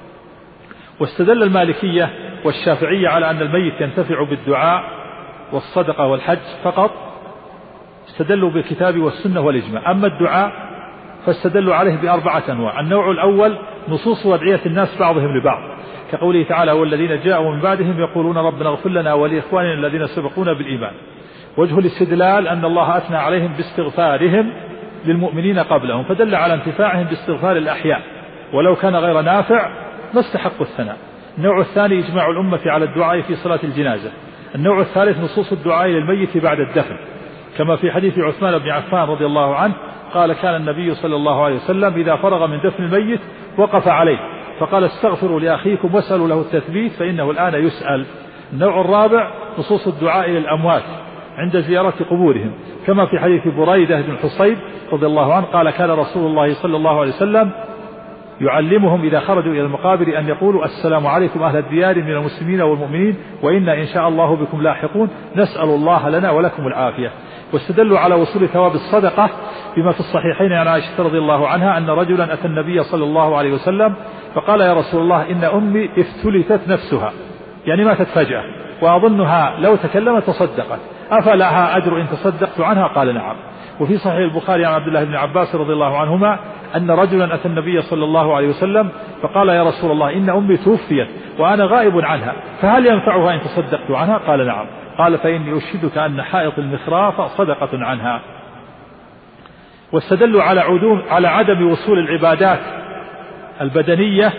واستدل المالكية والشافعية على أن الميت ينتفع بالدعاء والصدقة والحج فقط، استدلوا بالكتاب والسنة والإجماع. أما الدعاء فاستدلوا عليه بأربعة أنواع. النوع الأول نصوص وادعية الناس بعضهم لبعض، كقوله تعالى: والذين جاءوا من بعدهم يقولون ربنا اغفر لنا ولإخواننا الذين سبقونا بالإيمان. وجه الاستدلال أن الله أثنى عليهم باستغفارهم للمؤمنين قبلهم، فدل على انتفاعهم باستغفار الأحياء، ولو كان غير نافع ما استحقوا الثناء. النوع الثاني إجماع الأمة على الدعاء في صلاة الجنازة. النوع الثالث نصوص الدعاء للميت بعد الدفن، كما في حديث عثمان بن عفان رضي الله عنه قال: كان النبي صلى الله عليه وسلم إذا فرغ من دفن الميت وقف عليه فقال: استغفروا لأخيكم واسألوا له التثبيت فإنه الآن يسأل. النوع الرابع نصوص الدعاء للأموات عند زيارة قبورهم، كما في حديث بريدة بن الحصيب رضي الله عنه قال: كان رسول الله صلى الله عليه وسلم يعلمهم إذا خرجوا إلى المقابر أن يقولوا: السلام عليكم أهل الديار من المسلمين والمؤمنين وإنا إن شاء الله بكم لاحقون، نسأل الله لنا ولكم العافية. واستدلوا على وصول ثواب الصدقة بما في الصحيحين عن عائشة رضي الله عنها أن رجلا أتى النبي صلى الله عليه وسلم فقال يا رسول الله إن أمي افتلتت نفسها، يعني ماتت فجأة، وأظنها لو تكلمت تصدقت، أفلها أجر إن تصدقت عنها؟ قال نعم. وفي صحيح البخاري عن عبد الله بن عباس رضي الله عنهما أن رجلا أتى النبي صلى الله عليه وسلم فقال يا رسول الله إن أمي توفيت وأنا غائب عنها، فهل ينفعها إن تصدقت عنها؟ قال نعم. قال فإني أشهدك أن حائط المخراف صدقة عنها. واستدلوا على عدوم على عدم وصول العبادات البدنية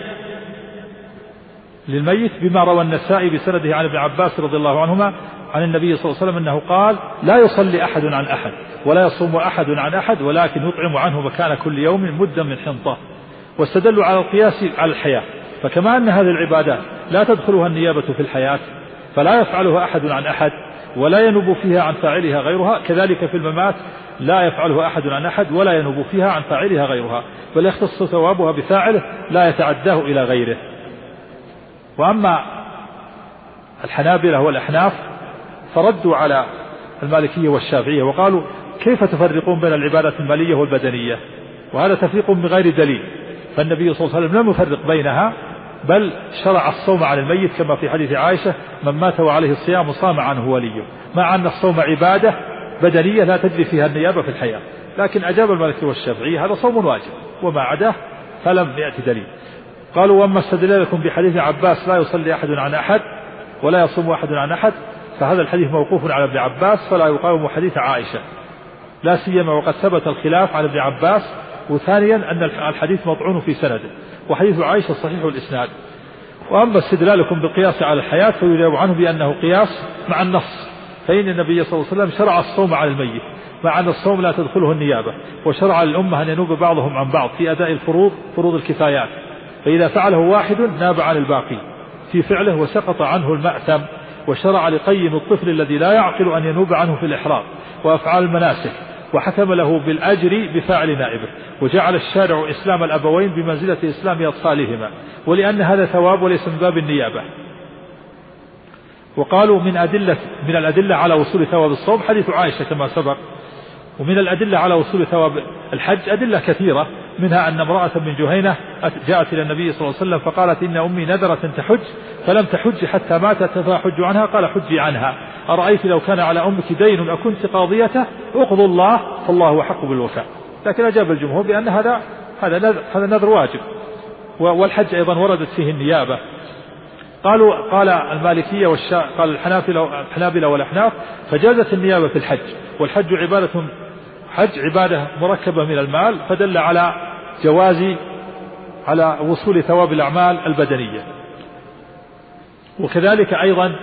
للميت بما روى النسائي بسنده عن ابن عباس رضي الله عنهما عن النبي صلى الله عليه وسلم أنه قال لا يصلي أحد عن أحد ولا يصوم أحد عن أحد ولكن يطعم عنه مكان كل يوم مدا من حنطة. واستدلوا على القياس على الحياة، فكما أن هذه العبادات لا تدخلها النيابة في الحياة فلا يفعلها أحد عن أحد ولا ينوب فيها عن فاعلها غيرها، كذلك في الممات لا يفعلها أحد عن أحد ولا ينوب فيها عن فاعلها غيرها، بل يختص ثوابها بفاعله لا يتعداه إلى غيره. وأما الحنابلة والأحناف فردوا على المالكية والشافعية وقالوا كيف تفرقون بين العبادات المالية والبدنية؟ وهذا تفريق بغير دليل، فالنبي صلى الله عليه وسلم لم يفرق بينها، بل شرع الصوم عن الميت كما في حديث عائشة من مات وعليه الصيام صام عنه وليه، مع أن الصوم عبادة بدنية لا تجري فيها النيابة في الحياة. لكن أجاب المالكي والشافعي هذا صوم واجب وما عداه فلم يأتي دليل. قالوا وأما استدلالكم بحديث عباس لا يصلي أحد عن أحد ولا يصوم أحد عن أحد فهذا الحديث موقوف على ابن عباس فلا يقاوم حديث عائشة، لا سيما وقد ثبت الخلاف على ابن عباس، وثانيا أن الحديث مطعون في سنده، وحديث عائشة صحيح الإسناد. وأما استدلالكم بالقياس على الحياة فيجاب عنه بأنه قياس مع النص، فإن النبي صلى الله عليه وسلم شرع الصوم على الميت مع أن الصوم لا تدخله النيابة، وشرع للأمة أن ينوب بعضهم عن بعض في أداء الفروض فروض الكفايات، فإذا فعله واحد ناب عن الباقي في فعله وسقط عنه المأثم، وشرع لقيم الطفل الذي لا يعقل أن ينوب عنه في الإحرام وأفعال المناسك، وحكم له بالأجر بفاعل نائبه، وجعل الشارع إسلام الأبوين بمنزلة إسلام أطفالهما، ولأن هذا ثواب وليس من باب النيابة. وقالوا من أدلة من الأدلة على وصول ثواب الصوم حديث عائشة كما سبق، ومن الأدلة على وصول ثواب الحج أدلة كثيرة، منها أن امرأة من جهينة جاءت إلى النبي صلى الله عليه وسلم فقالت إن أمي نذرت تحج فلم تحج حتى ماتت فأحج عنها، قال حجي عنها، أرأيت لو كان على أمك دين أكنت قاضيته أقضوا الله فالله أحق بالوفاء. لكن أجاب الجمهور بأن هذا هذا نذر, هذا نذر واجب، والحج أيضا وردت فيه النيابة. قالوا قال المالكية والشا قال الحنابلة الحنابلة والأحناف فجازت النيابة في الحج، والحج عبادة حج عبادة مركبة من المال، فدل على جواز على وصول ثواب الأعمال البدنية. وكذلك أيضا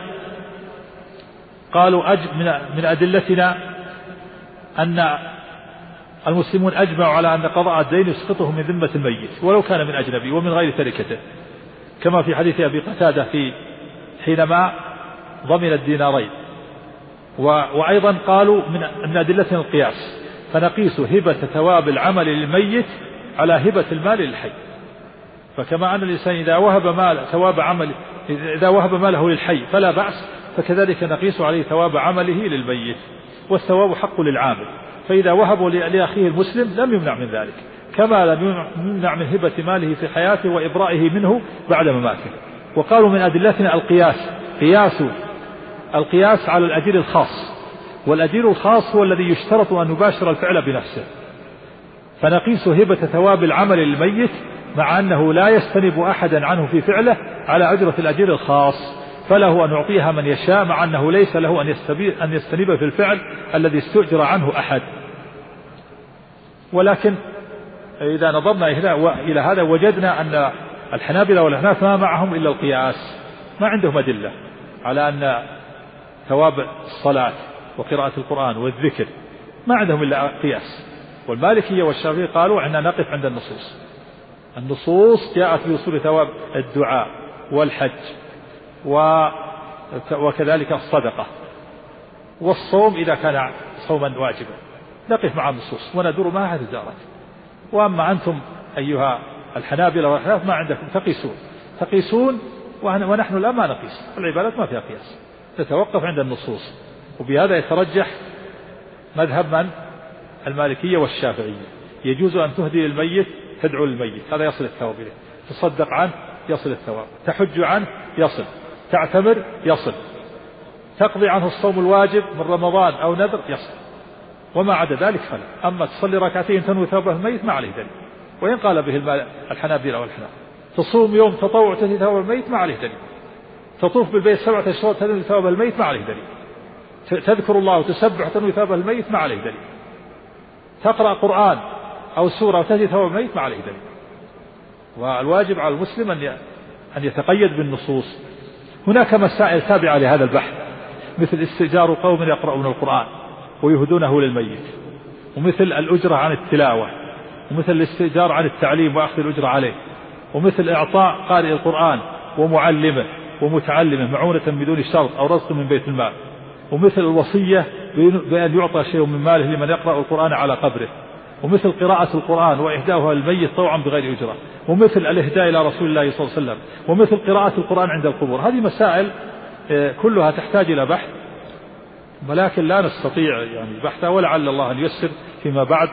قالوا من من أدلتنا أن المسلمون أجمعوا على أن قضاء الدين يسقطه من ذمة الميت ولو كان من أجنبي ومن غير تركته، كما في حديث أبي قتادة في حينما ضمن الدينارين. وأيضا قالوا من أدلتنا القياس، فنقيس هبة ثواب العمل للميت على هبة المال للحي، فكما أن الإنسان إذا وهب مال ثواب عمل إذا وهب ماله للحي فلا بأس، فكذلك نقيس عليه ثواب عمله للميت، والثواب حق للعامل، فإذا وهبوا لأخيه المسلم لم يمنع من ذلك، كما لم يمنع من هبة ماله في حياته وإبرائه منه بعد مماته. وقالوا من أدلتنا القياس، قياس القياس على الأجير الخاص، والأجير الخاص هو الذي يشترط أن يباشر الفعل بنفسه، فنقيس هبة ثواب العمل للميت مع أنه لا يستنب أحدا عنه في فعله على أجرة الأجير الخاص، فله أن يعطيها من يشاء مع أنه ليس له أن يستنب في الفعل الذي استؤجر عنه أحد. ولكن إذا نظرنا إلى هذا وجدنا أن الحنابلة والأحناف ما معهم إلا القياس، ما عندهم أدلة على أن ثواب الصلاة وقراءة القرآن والذكر ما عندهم إلا قياس. والمالكية والشافعية قالوا عنا نقف عند النصوص، النصوص جاءت بوصول ثواب الدعاء والحج وكذلك الصدقة والصوم إذا كان صوما واجبا، نقف مع النصوص وندور معها تجارة. وأما أنتم أيها الحنابلة والأحناف ما عندكم تقيسون تقيسون ونحن لا ما نقيس، العبادات ما فيها قياس، تتوقف عند النصوص. وبهذا يترجح مذهب من؟ المالكية والشافعية، يجوز أن تهدي للميت تدعو للميت، هذا يصل الثواب إليه. في تصدق عنه يصل الثواب، تحج عنه يصل، تعتمر يصل، تقضي عنه الصوم الواجب من رمضان أو نذر يصل، وما عدا ذلك فلا. أما تصلي ركعتين تنوي ثواب الميت ما عليه دليل، وإن قال به الحنابلة والحنابلة. تصوم يوم تطوع تنوي ثواب الميت ما عليه دليل. تطوف بالبيت سبعة أشواط تنوي ثواب الميت ما عليه دليل. تذكر الله وتسبح تنوي ثواب الميت ما عليه دليل. تقرأ قرآن أو سورة وتنوي ثواب الميت ما عليه دليل. والواجب على المسلم أن يتقيد بالنصوص. هناك مسائل تابعة لهذا البحث، مثل استئجار قوم يقرؤون القرآن ويهدونه للميت، ومثل الأجرة عن التلاوة، ومثل الاستئجار عن التعليم وأخذ الأجرة عليه، ومثل إعطاء قارئ القرآن ومعلمه ومتعلمه معونة بدون شرط أو رزق من بيت المال، ومثل الوصية بأن يعطى شيء من ماله لمن يقرأ القرآن على قبره، ومثل قراءة القرآن وإهداؤها للميت طوعا بغير أجرة، ومثل الإهداء إلى رسول الله صلى الله عليه وسلم، ومثل قراءة القرآن عند القبور. هذه مسائل كلها تحتاج إلى بحث، ولكن لا نستطيع يعني بحثها، ولعل الله أن ييسر فيما بعد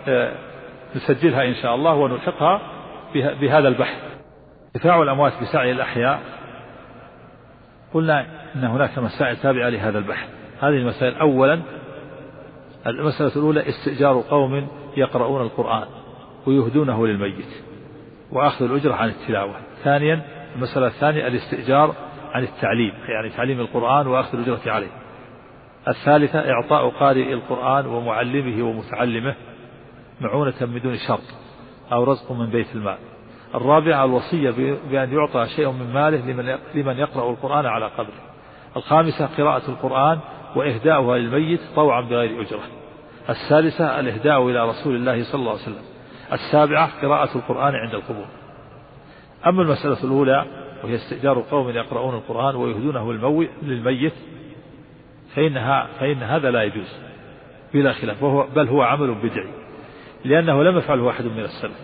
نسجلها إن شاء الله ونلحقها بهذا البحث. دفاع الأموات بسعي الأحياء، قلنا إن هناك مسائل تابعة لهذا البحث. هذه المسائل: أولا المسألة الأولى استئجار قوم يقرؤون القرآن ويهدونه للميت وأخذ الأجرة عن التلاوة. ثانيا المسألة الثانية الاستئجار عن التعليم، يعني تعليم القرآن وأخذ الأجرة عليه. الثالثة إعطاء قارئ القرآن ومعلمه ومتعلمه معونة بدون شرط أو رزق من بيت المال. الرابعة الوصية بأن يعطى شيء من ماله لمن يقرأ القرآن على قبره. الخامسة قراءة القرآن وإهداؤها للميت طوعا بغير أجرة. السادسة الإهداء إلى رسول الله صلى الله عليه وسلم. السابعة قراءة القرآن عند القبور. أما المسألة الأولى وهي استئجار قوم يقرؤون القرآن ويهدونه للميت فإنها فإن هذا لا يجوز بلا خلاف، وهو بل هو عمل بدعي، لأنه لم يفعله أحد من السلف،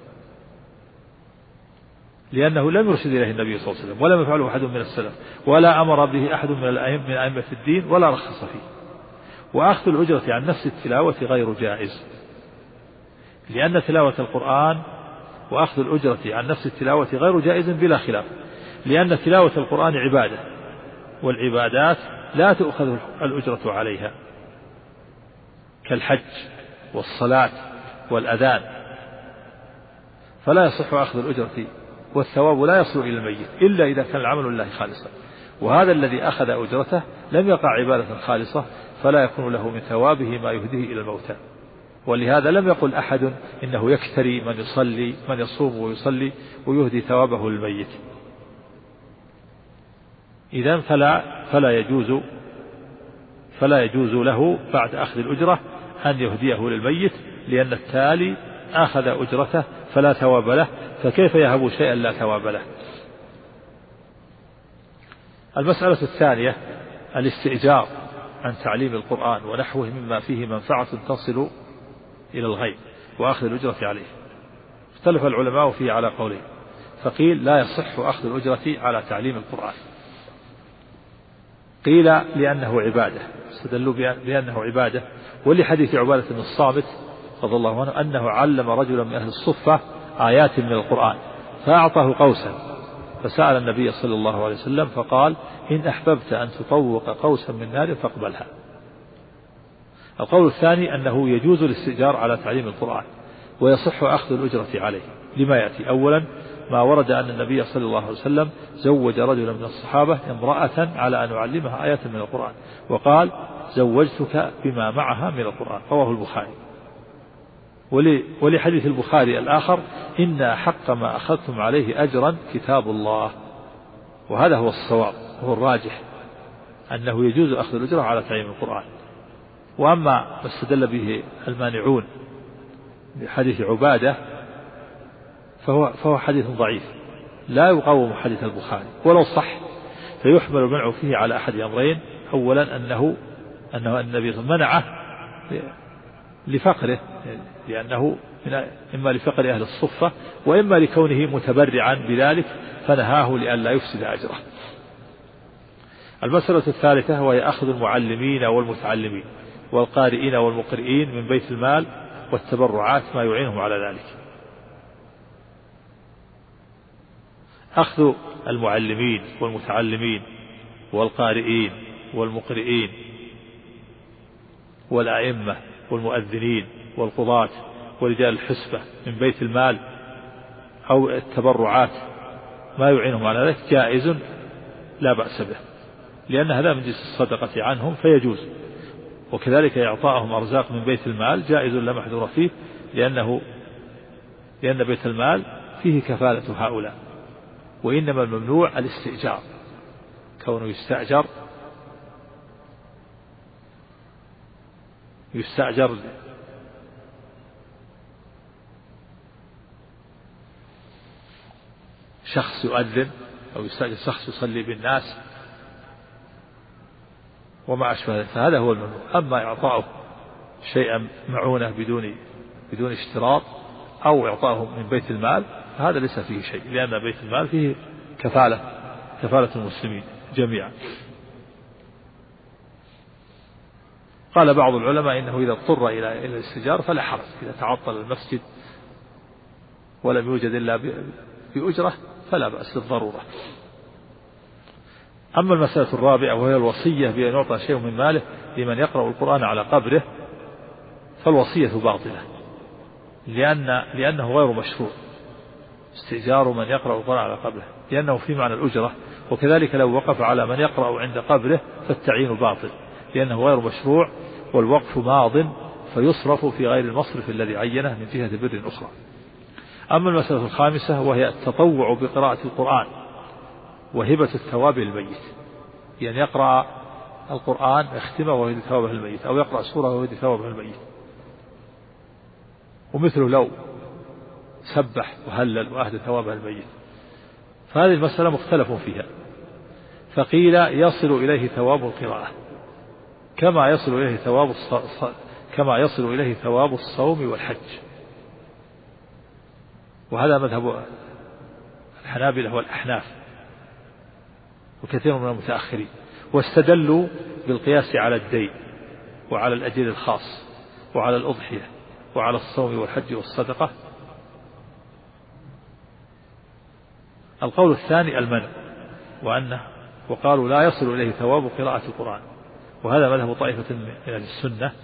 لأنه لم يرشد إليه النبي صلى الله عليه وسلم، ولم يفعله أحد من السلف، ولا أمر به أحد من الأئمة من أئمة الدين، ولا رخص فيه. وأخذ الأجرة عن نفس التلاوة غير جائز، لأن تلاوة القرآن وأخذ الأجرة عن نفس التلاوة غير جائز بلا خلاف، لأن تلاوة القرآن عبادة، والعبادات لا تؤخذ الأجرة عليها، كالحج والصلاة والأذان، فلا يصح أخذ الأجرة والثواب لا يصل إلى الميت إلا إذا كان العمل لله خالصا. وهذا الذي أخذ أجرته لم يقع عبادة خالصة، فلا يكون له من ثوابه ما يهديه إلى الموتى. ولهذا لم يقل أحد إنه يكتري من يصلي من يصوم ويصلي ويهدي ثوابه للميت. إذن فلا فلا يجوز فلا يجوز له بعد أخذ الأجرة أن يهديه للميت، لأن التالي أخذ أجرته فلا ثواب له، فكيف يهب شيئا لا ثواب له؟ المسألة الثانية الاستئجار عن تعليم القرآن ونحوه مما فيه منفعة تصل إلى الغيب وأخذ الأجرة عليه. اختلف العلماء فيه على قولين، فقيل لا يصح أخذ الأجرة على تعليم القرآن، قيل لأنه عبادة، استدلوا بأنه عبادة، ولحديث عبادة بن الصامت رضي الله عنه أنه علم رجلا من أهل الصفة آيات من القرآن فأعطاه قوسا، فسأل النبي صلى الله عليه وسلم فقال: إن أحببت أن تطوق قوسا من نار فاقبلها. القول الثاني أنه يجوز الاستئجار على تعليم القرآن ويصح أخذ الأجرة عليه، لما يأتي: أولا ما ورد أن النبي صلى الله عليه وسلم زوج رجلا من الصحابة امرأة على أن يعلمها آيات من القرآن، وقال: زوجتك بما معها من القرآن، رواه البخاري. ولحديث البخاري الآخر: إن أحق ما أخذتم عليه أجرا كتاب الله. وهذا هو الصواب، هو الراجح، أنه يجوز أخذ الأجرة على تعليم القرآن. وأما ما استدل به المانعون بحديث عبادة فهو, فهو حديث ضعيف لا يقاوم حديث البخاري، ولو صح فيحمل المنع فيه على أحد أمرين: أولا أنه أنه النبي منعه لفقره، لأنه إما لفقر أهل الصفة وإما لكونه متبرعا بذلك فنهاه لئلا يفسد أجره. المسألة الثالثة وهي أخذ المعلمين والمتعلمين والقارئين والمقرئين من بيت المال والتبرعات ما يعينهم على ذلك. أخذ المعلمين والمتعلمين والقارئين والمقرئين والأئمة والمؤذنين والقضاة ورجال الحسبة من بيت المال أو التبرعات ما يعينهم على ذلك جائز لا بأس به، لأن هذا من جنس الصدقة عنهم فيجوز. وكذلك إعطاءهم أرزاق من بيت المال جائز لا محذور فيه، لأنه لأن بيت المال فيه كفالة هؤلاء. وإنما الممنوع الاستئجار، كونه يستأجر يستأجر شخص يؤذن أو يستأجر شخص يصلي بالناس وما أشبه ذلك، فهذا هو الممنوع. أما إعطاؤه شيئا معونة بدون بدون اشتراط أو إعطاؤه من بيت المال هذا ليس فيه شيء، لأن بيت المال فيه كفالة كفالة المسلمين جميعا. قال بعض العلماء إنه إذا اضطر إلى إلى الاستئجار فلا حرج، إذا تعطل المسجد ولم يوجد إلا بأجرة فلا بأس للضرورة. أما المسألة الرابعة وهي الوصية بأن يعطى شيء من ماله لمن يقرأ القرآن على قبره، فالوصية باطلة، لأن لأنه غير مشروع استئجار من يقرأ القرآن على قبره، لأنه في معنى الأجرة. وكذلك لو وقف على من يقرأ عند قبره فالتعيين باطل، لأنه غير مشروع، والوقف ماض فيصرف في غير المصرف الذي عينه من جهة بر أخرى. أما المسألة الخامسة وهي التطوع بقراءة القرآن وهبة الثواب للميت، يعني يقرأ القرآن يختمه ويهدي ثوابه للميت، أو يقرأ سورة ويهدي ثوابه للميت. ومثله لو سبح وهلل وأهدى ثوابه للميت، فهذه المسألة مختلف فيها. فقيل يصل إليه ثواب القراءة كما يصل إليه ثواب الص... كما يصل إليه ثواب الصوم والحج، وهذا مذهب الحنابلة والأحناف وكثير من المتأخرين. واستدلوا بالقياس على الدين وعلى الأجر الخاص وعلى الأضحية وعلى الصوم والحج والصدقة. القول الثاني المنع، وأنه وقالوا لا يصل إليه ثواب قراءة القرآن، وهذا مذهب طائفة من أهل السنة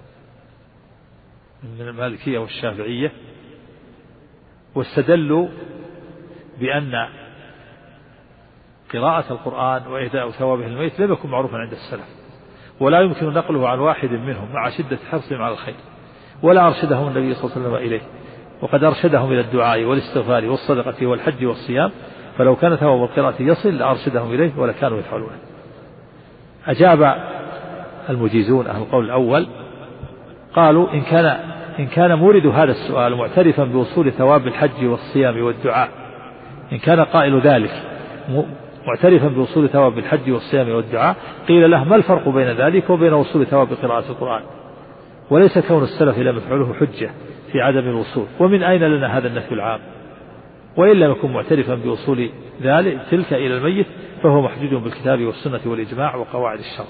من المالكية والشافعية. واستدلوا بأن قراءة القرآن وإهداء ثوابه الميت لم يكن معروفا عند السلف، ولا يمكن نقله عن واحد منهم مع شدة حرصهم على الخير، ولا أرشدهم النبي صلى الله عليه وسلم إليه، وقد أرشدهم إلى الدعاء والاستغفار والصدقة والحج والصيام، فلو كان ثواب القراءة يصل لأرشدهم إليه ولا كانوا يفعلونه. أجاب المجيزون أهل القول الأول قالوا إن كان إن كان مورد هذا السؤال معترفا بوصول ثواب الحج والصيام والدعاء، إن كان قائل ذلك معترفا بوصول ثواب الحج والصيام والدعاء، قيل له ما الفرق بين ذلك وبين وصول ثواب قراءة القرآن؟ وليس كون السلف لم يفعله حجة في عدم الوصول، ومن أين لنا هذا النفي العام؟ وإن لم يكن معترفا بوصول ذلك تلك إلى الميت فهو محجوج بالكتاب والسنة والإجماع وقواعد الشرع.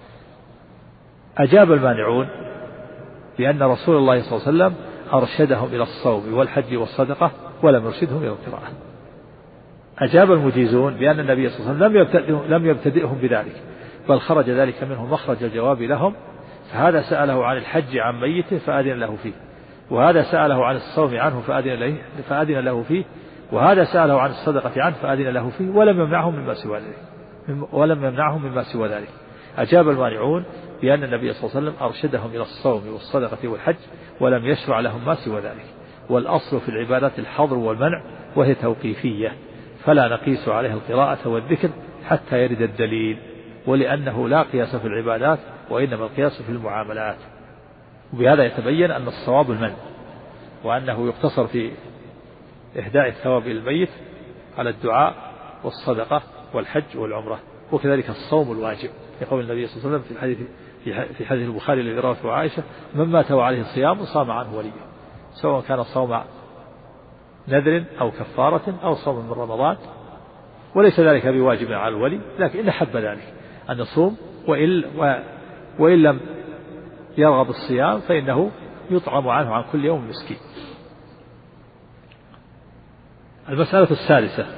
أجاب المانعون بأن رسول الله صلى الله عليه وسلم أرشدهم إلى الصوم والحج والصدقة ولم يرشدهم إلى القراءة. أجاب المجيزون بأن النبي صلى الله عليه وسلم لم يبتدئهم بذلك، بل خرج ذلك منه مخرج الجواب لهم، فهذا سأله عن الحج عن ميته فأذن له فيه، وهذا سأله عن الصوم عنه فأذن له, فأذن له فيه، وهذا سأله عن الصدقة عنه فأذن له فيه، ولم يمنعهم مما سوى ذلك ولم يمنعهم مما سوى ذلك. أجاب المانعون بأن النبي صلى الله عليه وسلم أرشدهم إلى الصوم والصدقة والحج ولم يشرع لهم ما سوى ذلك، والأصل في العبادات الحظر والمنع وهي توقيفية، فلا نقيس عليها القراءة والذكر حتى يرد الدليل، ولأنه لا قياس في العبادات وإنما القياس في المعاملات. وبهذا يتبين أن الصواب المنع، وأنه يقتصر في إهداء الثواب إلى الميت على الدعاء والصدقة والحج والعمرة، وكذلك الصوم الواجب، يقول النبي صلى الله عليه وسلم في الحديث في حديث البخاري الذي رواه عائشة: من مات وعليه صيام صام عنه وليه، سواء كان صوم نذر أو كفارة أو صوم من رمضان، وليس ذلك بواجب على الولي، لكن إن حب ذلك أن يصوم، وإن, وإن لم يرغب الصيام فإنه يطعم عنه عن كل يوم مسكين. المسألة الثالثة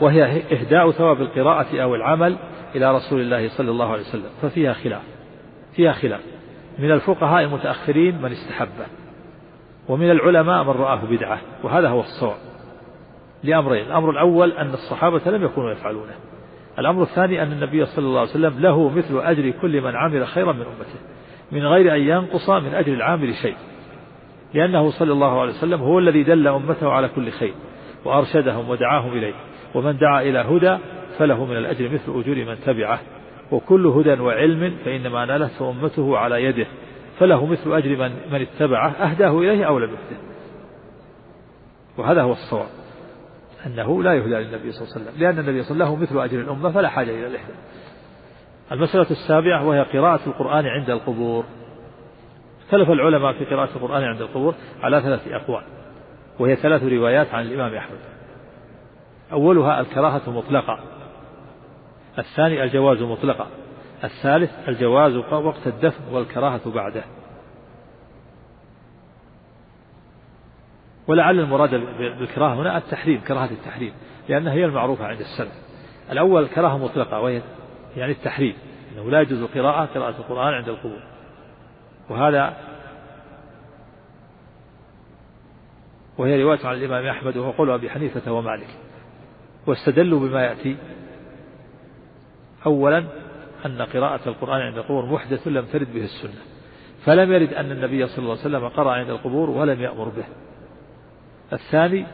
وهي إهداء ثواب القراءة أو العمل إلى رسول الله صلى الله عليه وسلم، ففيها خلاف فيها خلاف من الفقهاء المتأخرين من استحبه، ومن العلماء من رآه بدعة، وهذا هو الصواب لأمرين: الأمر الأول أن الصحابة لم يكونوا يفعلونه، الأمر الثاني أن النبي صلى الله عليه وسلم له مثل أجر كل من عمل خيرا من أمته من غير أن ينقص من أجر العامل شيء، لأنه صلى الله عليه وسلم هو الذي دل أمته على كل خير وأرشدهم ودعاهم إليه، ومن دعا إلى هدى فله من الأجر مثل أجور من تبعه، وكل هدى وعلم فإنما نالته أمته على يده، فله مثل أجر من, من اتبعه أهداه إليه أو لم يهده. وهذا هو الصواب، أنه لا يهدى للنبي صلى الله عليه وسلم، لأن النبي صلى الله عليه وسلم مثل أجر الأمة فلا حاجة إلى الإهداء. المسألة السابعة وهي قراءة القرآن عند القبور. اختلف العلماء في قراءة القرآن عند القبور على ثلاث أقوال، وهي ثلاث روايات عن الإمام أحمد: أولها الكراهة مطلقة، الثاني الجواز مطلقة، الثالث الجواز وقت الدفن والكراهة بعده. ولعل المراد بالكراهة هنا التحريم، كراهة التحريم، لأنها هي المعروفة عند السلف. الأول الكراهة مطلقة، وهي يعني التحريم، أنه لا يجوز قراءة قراءة القرآن عند القبور، وهذا وهي رواية عن الإمام أحمد وهو قول أبي حنيفة ومالك. واستدلوا بما يأتي: أولا أن قراءة القرآن عند القبور محدث لم ترد به السنة، فلم يرد أن النبي صلى الله عليه وسلم قرأ عند القبور ولم يأمر به. الثاني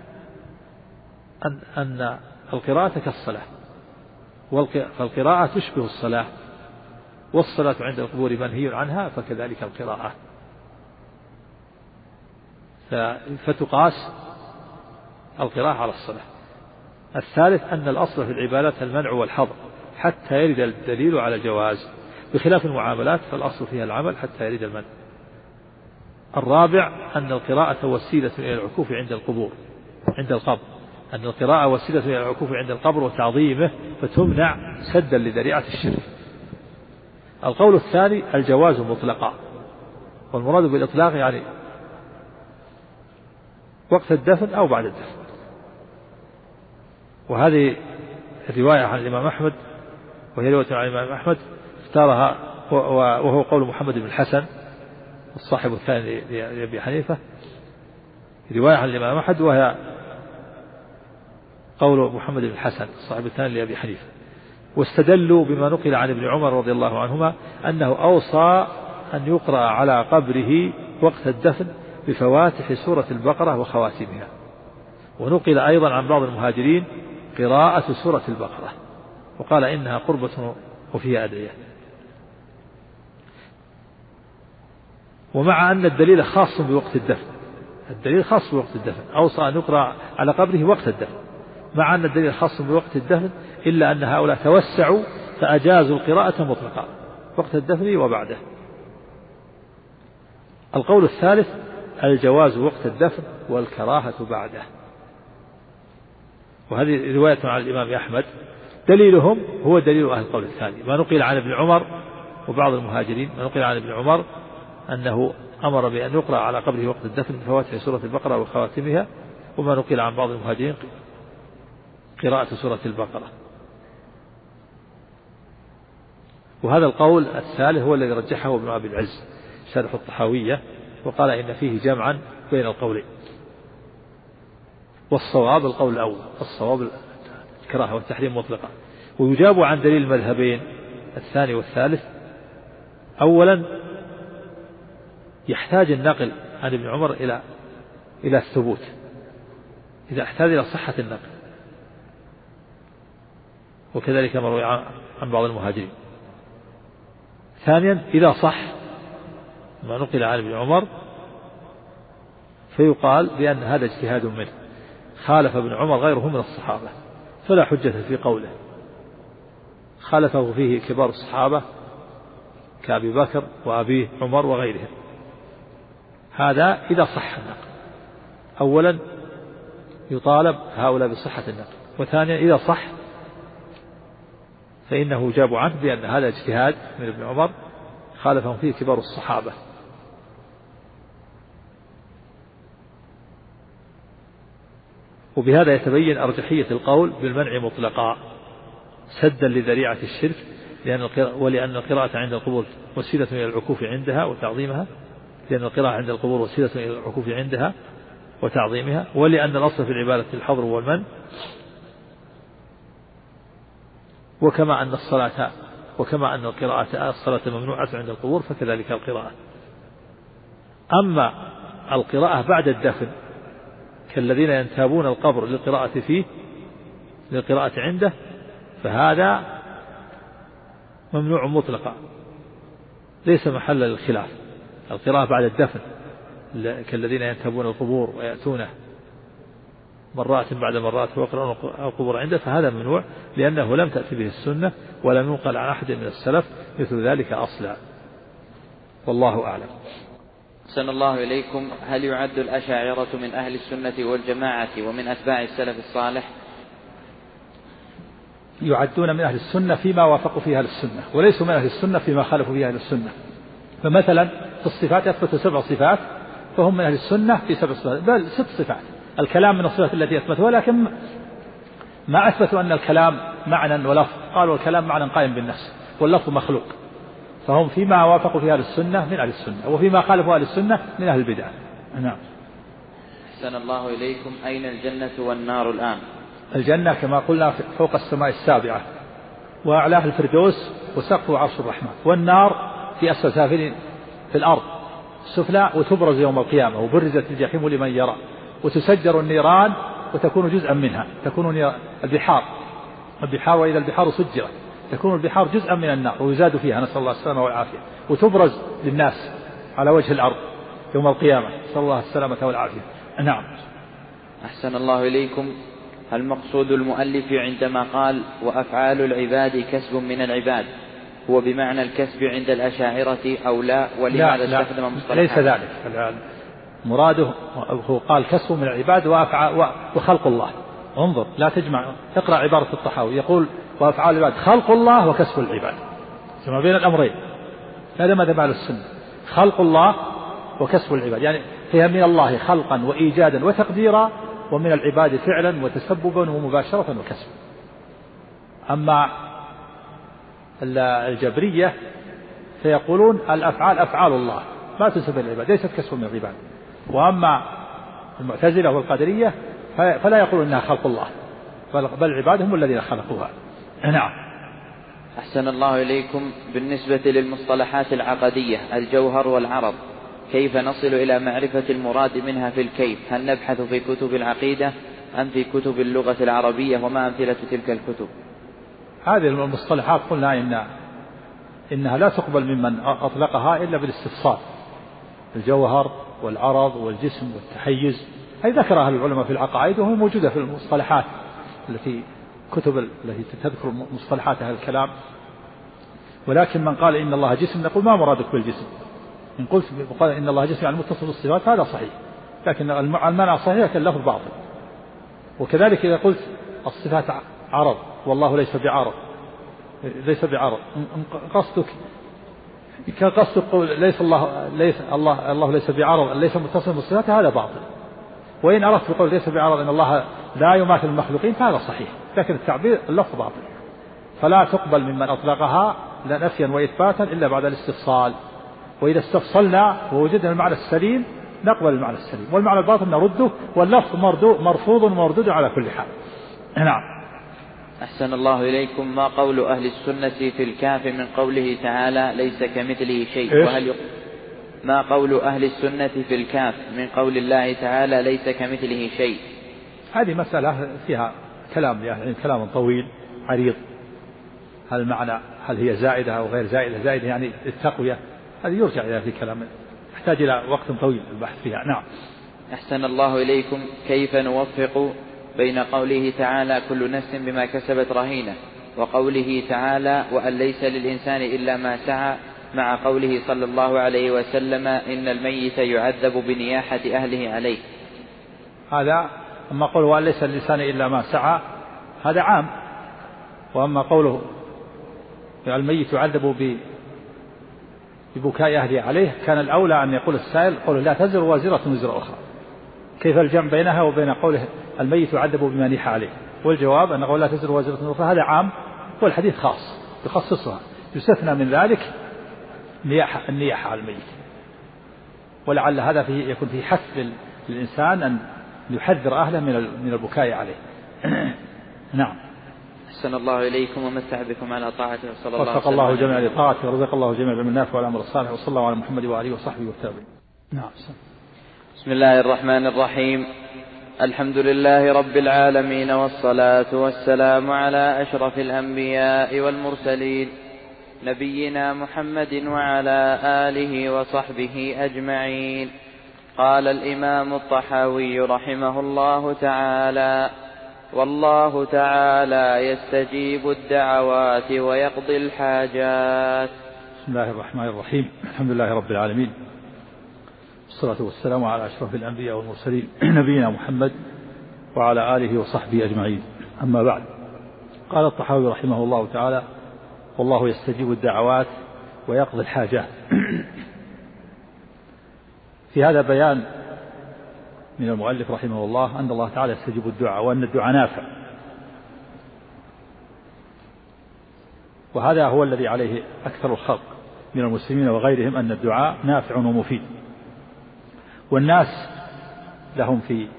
أن, أن القراءة كالصلاة، فالقراءة تشبه الصلاة، والصلاة عند القبور منهي عنها، فكذلك القراءة، فتقاس القراءة على الصلاة. الثالث أن الأصل في العبادات المنع والحظر حتى يرد الدليل على الجواز، بخلاف المعاملات فالأصل فيها العمل حتى يرد المنع. الرابع أن القراءة وسيلة إلى العكوف عند القبور عند القبر أن القراءة وسيلة إلى العكوف عند القبر وتعظيمه، فتمنع سدا لذريعة الشرك. القول الثاني الجواز مطلقا، والمراد بالإطلاق يعني وقت الدفن أو بعد الدفن. وهذه الرواية عن الإمام أحمد، وهي رواية عن الإمام أحمد اختارها، وهو قول محمد بن الحسن الصاحب الثاني لأبي حنيفة، رواية عن الإمام أحمد، وهي قول محمد بن الحسن الصاحب الثاني لأبي حنيفة. واستدلوا بما نقل عن ابن عمر رضي الله عنهما أنه أوصى أن يقرأ على قبره وقت الدفن بفواتح سورة البقرة وخواتمها. ونقل أيضا عن بعض المهاجرين قراءة سورة البقرة، وقال إنها قربة وفيها أدعية. ومع أن الدليل خاص بوقت الدفن، الدليل خاص بوقت الدفن، أوصى أن يقرأ على قبره وقت الدفن، مع أن الدليل خاص بوقت الدفن، إلا أن هؤلاء توسعوا فأجازوا القراءة مطلقا وقت الدفن وبعده. القول الثالث الجواز وقت الدفن والكراهة بعده، وهذه رواية عن الإمام أحمد. دليلهم هو دليل أهل القول الثاني، ما نقل عن ابن عمر وبعض المهاجرين، ما نقل عن ابن عمر أنه أمر بأن يقرأ على قبره وقت الدفن بفواتح سورة البقرة وخواتمها، وما نقل عن بعض المهاجرين قراءة سورة البقرة. وهذا القول الثالث هو الذي رجحه ابن أبي العز شارح الطحاوية، وقال إن فيه جمعا بين القولين. والصواب القول الأول، الصواب الكراهة والتحريم مطلقا. ويجاب عن دليل المذهبين الثاني والثالث. أولا يحتاج النقل عن ابن عمر إلى إلى الثبوت، إذا احتاج إلى صحة النقل، وكذلك مروي عن بعض المهاجرين. ثانيا إذا صح ما نقل عن ابن عمر فيقال بأن هذا اجتهاد منه، خالف ابن عمر غيره من الصحابة فلا حجة في قوله، خالفه فيه كبار الصحابة كأبي بكر وأبيه عمر وغيرهم. هذا إذا صح النقل، أولا يطالب هؤلاء بصحة النقل، وثانيا إذا صح فإنه جاب عنه بأن هذا اجتهاد من ابن عمر خالفهم فيه كبار الصحابة. وبهذا يتبين أرجحية القول بالمنع مطلقا سدا لذريعة الشرك، لأن القراءة ولأن القراءة عند القبور وسيلة إلى العكوف عندها وتعظيمها، لأن القراءة عند القبور وسيلة إلى العكوف عندها وتعظيمها، ولأن الأصل في العبادة الحظر والمنع، وكما أن الصلاة وكما أن القراءة الصلاة ممنوعة عند القبور فكذلك القراءة. أما القراءة بعد الدفن كالذين ينتابون القبر للقراءة فيه للقراءة عنده فهذا ممنوع مطلقا ليس محل للخلاف. القراءة بعد الدفن كالذين ينتابون القبور ويأتونه مرات بعد مرات ويقرأون القبور عنده فهذا ممنوع لأنه لم تأتي به السنة ولم ينقل عن أحد من السلف مثل ذلك أصلا، والله أعلم. أحسن الله إليكم. هل يعد الأشاعرة من أهل السنة والجماعة ومن أتباع السلف الصالح؟ يعدون من أهل السنة فيما وافقوا فيها للسنة، وليسوا من أهل السنة فيما خالفوا فيها للسنة. فمثلا في الصفات يثبتوا سبع صفات فهم من أهل السنة في سبع صفات، بل ست صفات. الكلام من الصفات التي أثبتوا، ولكن ما أثبتوا أن الكلام معنى ولفظ، قالوا الكلام معنى قائم بالنفس واللفظ مخلوق. فهم فيما وافقوا فيها للسنة من أهل السنة، وفيما خالفوا أهل السنة من أهل البدع. نعم. أحسن الله إليكم. أين الجنة والنار الآن؟ الجنة كما قلنا فوق السماء السابعة وأعلاه الفردوس وسقفه عرش الرحمن، والنار في أسفل سافلين في الأرض السفلى وتبرز يوم القيامة وبرزت الجحيم لمن يرى وتسجر النيران وتكون جزءا منها، تكون البحار البحار وإذا البحار سجرت تكون البحار جزءا من النار ويزاد فيها، نسأل الله السلامة والعافية، وتبرز للناس على وجه الأرض يوم القيامة، نسأل الله السلامة والعافية. نعم. أحسن الله إليكم. هل مقصود المؤلف عندما قال وأفعال العباد كسب من العباد هو بمعنى الكسب عند الأشاعرة أو لا؟ ولماذا لا استخدم لا مصطلحا؟ ليس ذلك. مراده هو قال كسب من العباد وخلق الله. انظر لا تجمع، اقرأ عبارة الطحاوي يقول وأفعال العباد خلق الله وكسب العباد، ما بين الأمرين. هذا ماذا معنى السنة؟ خلق الله وكسب العباد، يعني فيها من الله خلقا وإيجادا وتقديرا، ومن العباد فعلا وتسببا ومباشرة وكسب. أما الجبرية فيقولون الأفعال أفعال الله ما تنسب العباد ليست كسب من العباد. وأما المعتزلة والقدرية فلا يقولون إنها خلق الله بل العباد هم الذين خلقوها. نعم. أحسن الله إليكم. بالنسبة للمصطلحات العقدية الجوهر والعرض كيف نصل إلى معرفة المراد منها في الكيف؟ هل نبحث في كتب العقيدة أم في كتب اللغة العربية؟ وما أمثلة تلك الكتب؟ هذه المصطلحات قلنا إن إنها لا تقبل ممن أطلقها إلا بالاستفصال. الجوهر والعرض والجسم والتحيز هذه ذكرها العلماء في العقائد وهي موجودة في المصطلحات التي كتب التي تذكر مصطلحات أهل الكلام. ولكن من قال إن الله جسم نقول ما مرادك بالجسم؟ إن قلت قال إن الله جسم يعني متصف بالصفات هذا صحيح، لكن المعنى صحيح اللفظ باطل. وكذلك إذا قلت الصفات عرض والله ليس بعرض ليس بعرض قصدك كقصدك ليس الله ليس الله الله ليس بعرض ليس متصف بالصفات هذا باطل. وإن أردت بقول ليس بعرض إن الله لا يماثل المخلوقين فهذا صحيح، لكن التعبير اللفظ باطل. فلا تقبل ممن أطلقها لا نفيا وإثباتا إلا بعد الاستفصال. وإذا استفصلنا ووجدنا المعنى السليم نقبل المعنى السليم، والمعنى الباطل نرده، واللفظ مرفوض ومردود على كل حال. نعم. أحسن الله إليكم. ما قول أهل السنة في الكهف من قوله تعالى ليس كمثله شيء؟ وهل يق... ما قول أهل السنة في الكهف من قول الله تعالى ليس كمثله شيء؟ هذه مسألة فيها كلام يعني كلام طويل عريض. هل معنى هل هي زائدة أو غير زائدة؟ زائدة يعني التقوية، هذه يرجع إلى في كلام يحتاج إلى وقت طويل البحث فيها. نعم. أحسن الله إليكم. كيف نوفق بين قوله تعالى كل نفس بما كسبت رهينة وقوله تعالى وأن ليس للإنسان إلا ما سعى مع قوله صلى الله عليه وسلم إن الميت يعذب بنياحة أهله عليه؟ هذا أما قوله وأن ليس للإنسان إلا ما سعى هذا عام، وأما قوله الميت يعذب ببكاء أهله عليه كان الأولى أن يقول السائل قوله لا تزر وازرة وزر أخرى، كيف الجمع بينها وبين قوله الميت يعذب بما نيح عليه؟ والجواب أن قول لا تزر وازرة أخرى هذا عام، والحديث خاص يخصصها، يستثنى من ذلك النياحة النياحة على الميت. ولعل هذا فيه يكون فيه حث للإنسان أن يحذر أهله من البكاء عليه. نعم. أحسن الله إليكم ومتع بكم على طاعته وصلى الله وفق الله جميعا لطاعته ورزق الله جميعا بالنافع والأمر الصالح وصلى الله على محمد وآله وصحبه والتابعين. نعم. بسم الله الرحمن الرحيم. الحمد لله رب العالمين والصلاة والسلام على أشرف الأنبياء والمرسلين نبينا محمد وعلى آله وصحبه أجمعين. قال الإمام الطحاوي رحمه الله تعالى: والله تعالى يستجيب الدعوات ويقضي الحاجات. بسم الله الرحمن الرحيم. الحمد لله رب العالمين، والصلاة والسلام على أشرف الأنبياء والمرسلين نبينا محمد وعلى آله وصحبه أجمعين. أما بعد، قال الطحاوي رحمه الله تعالى: والله يستجيب الدعوات ويقضي الحاجات. في هذا بيان من المؤلف رحمه الله أن الله تعالى يستجيب الدعاء وأن الدعاء نافع، وهذا هو الذي عليه أكثر الخلق من المسلمين وغيرهم، أن الدعاء نافع ومفيد. والناس لهم في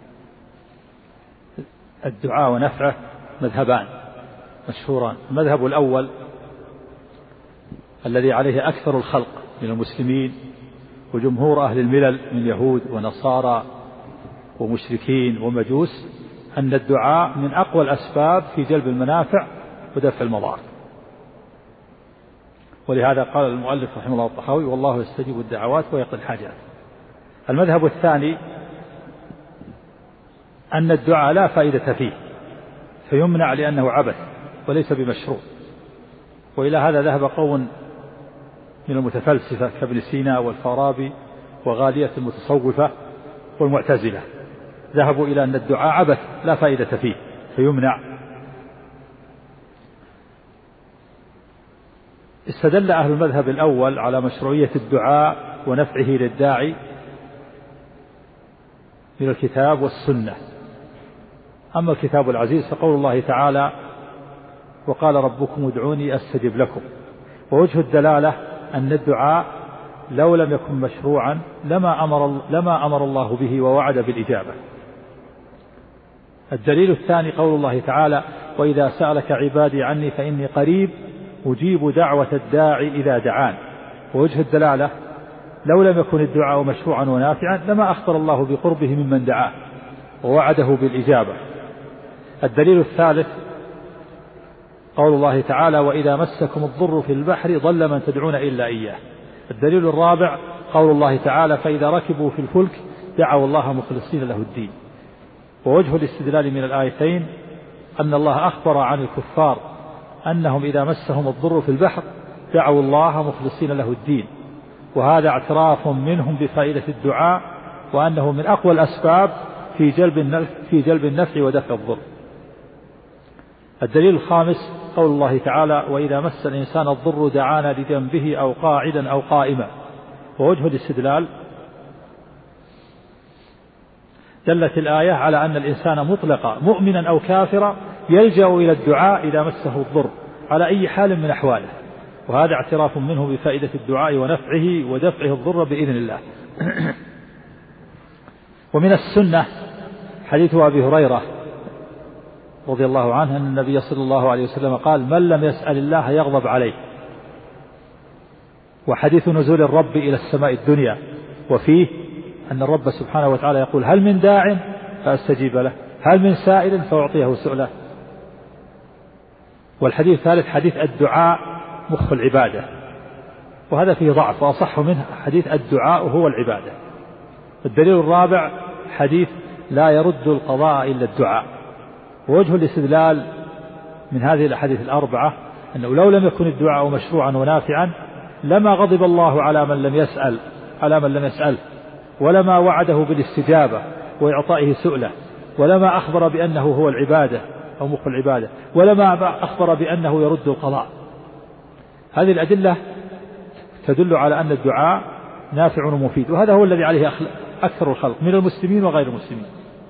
الدعاء ونفعه مذهبان مشهوران. المذهب الأول الذي عليه أكثر الخلق من المسلمين وجمهور أهل الملل من يهود ونصارى ومشركين ومجوس، أن الدعاء من أقوى الأسباب في جلب المنافع ودفع المضار. ولهذا قال المؤلف رحمه الله الطحاوي: والله يستجيب الدعوات ويقضي الحاجات. المذهب الثاني أن الدعاء لا فائدة فيه فيمنع لأنه عبث وليس بمشروع. وإلى هذا ذهب قوم من المتفلسفة كابن سينا والفارابي وغالية المتصوفة والمعتزلة، ذهبوا إلى أن الدعاء عبث لا فائدة فيه فيمنع. استدل أهل المذهب الأول على مشروعية الدعاء ونفعه للداعي من الكتاب والسنة. أما الكتاب العزيز فقول الله تعالى: وقال ربكم ادعوني أستجب لكم. ووجه الدلالة أن الدعاء لو لم يكن مشروعا لما أمر, لما أمر الله به ووعد بالإجابة. الدليل الثاني قول الله تعالى: وإذا سألك عبادي عني فإني قريب أجيب دعوة الداعي إذا دعان. ووجه الدلالة لو لم يكن الدعاء مشروعا ونافعا لما أخبر الله بقربه ممن دعاه ووعده بالإجابة. الدليل الثالث قول الله تعالى: وإذا مسكم الضر في البحر ضل من تدعون إلا إياه. الدليل الرابع قول الله تعالى: فإذا ركبوا في الفلك دعوا الله مخلصين له الدين. ووجه الاستدلال من الآيتين أن الله أخبر عن الكفار أنهم إذا مسهم الضر في البحر دعوا الله مخلصين له الدين، وهذا اعتراف منهم بفائدة الدعاء وأنه من أقوى الأسباب في جلب في جلب النفع ودفع الضر. الدليل الخامس قول الله تعالى: وإذا مس الإنسان الضر دعانا لجنبه أو قاعدا أو قائما. ووجه الاستدلال دلت الآية على أن الإنسان مطلقا مؤمنا أو كافرا يلجأ إلى الدعاء إذا مسه الضر على أي حال من أحواله، وهذا اعتراف منه بفائدة الدعاء ونفعه ودفعه الضر بإذن الله. ومن السنة حديث أبي هريرة رضي الله عنه أن النبي صلى الله عليه وسلم قال: من لم يسأل الله يغضب عليه. وحديث نزول الرب إلى السماء الدنيا وفيه أن الرب سبحانه وتعالى يقول: هل من داع فأستجيب له، هل من سائل فأعطيه سؤله. والحديث الثالث حديث الدعاء مخ العبادة، وهذا فيه ضعف، وأصح منه حديث الدعاء هو العبادة. الدليل الرابع حديث لا يرد القضاء إلا الدعاء. ووجه الاستدلال من هذه الأحاديث الأربعة أنه لو لم يكن الدعاء مشروعا ونافعا لما غضب الله على من لم يسأل على من لم يسأل، ولما وعده بالاستجابة وإعطائه سؤله، ولما أخبر بأنه هو العبادة أو مخ العبادة، ولما أخبر بأنه يرد القضاء. هذه الأدلة تدل على أن الدعاء نافع ومفيد، وهذا هو الذي عليه أكثر الخلق من المسلمين وغير المسلمين.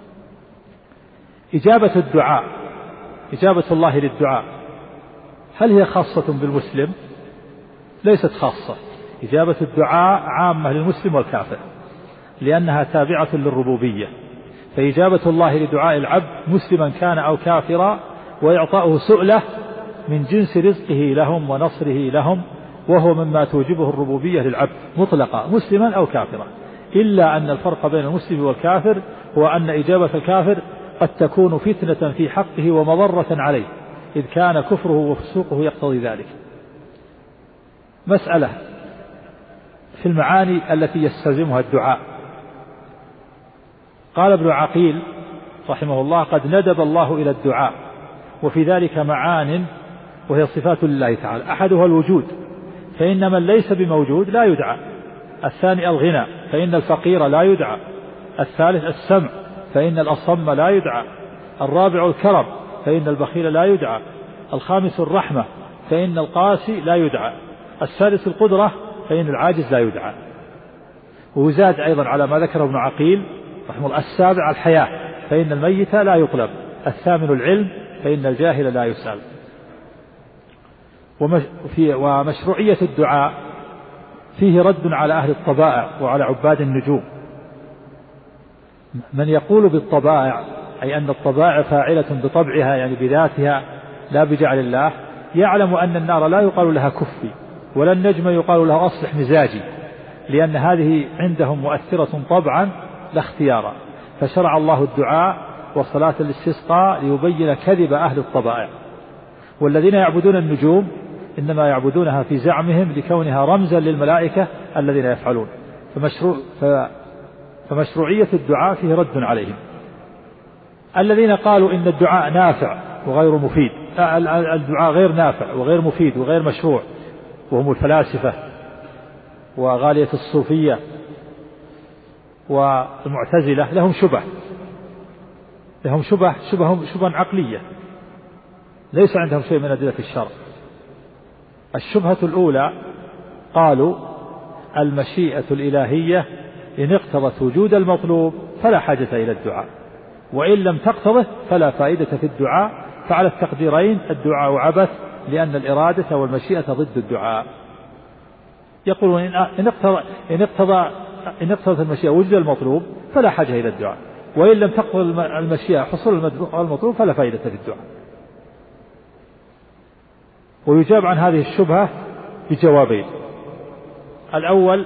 إجابة الدعاء، إجابة الله للدعاء، هل هي خاصة بالمسلم؟ ليست خاصة. إجابة الدعاء عامة للمسلم والكافر، لأنها تابعة للربوبية. فإجابة الله لدعاء العبد مسلما كان أو كافرا، وإعطاؤه سؤله من جنس رزقه لهم ونصره لهم، وهو مما توجبه الربوبية للعبد مطلقا مسلما أو كافرا. إلا أن الفرق بين المسلم والكافر هو أن إجابة الكافر قد تكون فتنة في حقه ومضرة عليه، إذ كان كفره وفسوقه يقتضي ذلك. مسألة في المعاني التي يستلزمها الدعاء. قال ابن عقيل رحمه الله: قد ندب الله إلى الدعاء، وفي ذلك معان وهي صفات لله تعالى. أحدها الوجود، فإن من ليس بموجود لا يدعى. الثاني الغنى، فإن الفقير لا يدعى. الثالث السمع، فإن الأصم لا يدعى. الرابع الكرم، فإن البخيل لا يدعى. الخامس الرحمة، فإن القاسي لا يدعى. السادس القدرة، فإن العاجز لا يدعى. وزاد أيضا على ما ذكره ابن عقيل رحمه الله: السابع الحياة، فإن الميت لا يطلب. الثامن العلم، فإن الجاهل لا يسأل. ومشروعية الدعاء فيه رد على أهل الطبائع وعلى عباد النجوم. من يقول بالطبائع، أي أن الطبائع فاعلة بطبعها يعني بذاتها لا بجعل الله، يعلم أن النار لا يقال لها كفي، ولا النجم يقال له أصلح مزاجي، لأن هذه عندهم مؤثرة طبعا لا اختيارا. فشرع الله الدعاء وصلاة الاستسقاء ليبين كذب أهل الطبائع. والذين يعبدون النجوم إنما يعبدونها في زعمهم لكونها رمزا للملائكة الذين يفعلون. فمشروع فمشروعية الدعاء فيه رد عليهم. الذين قالوا إن الدعاء نافع وغير مفيد، الدعاء غير نافع وغير مفيد وغير مشروع، وهم الفلاسفة وغالية الصوفية والمعتزلة، لهم شبه لهم شبه شبه شبه عقلية، ليس عندهم شيء من أدلة الشرع. الشبهة الأولى قالوا: المشيئة الإلهية إن اقتضت وجود المطلوب فلا حاجة إلى الدعاء، وإن لم تقتضه فلا فائدة في الدعاء. فعلى التقديرين الدعاء عبث، لأن الإرادة والمشيئة ضد الدعاء. يقولون إن اقتضى إن اقتضى إن اقتضت المشيئة وجود المطلوب فلا حاجة إلى الدعاء، وإن لم تقتضي المشيئة حصول المطلوب فلا فائدة في الدعاء. ويجاب عن هذه الشبهة بجوابين: الأول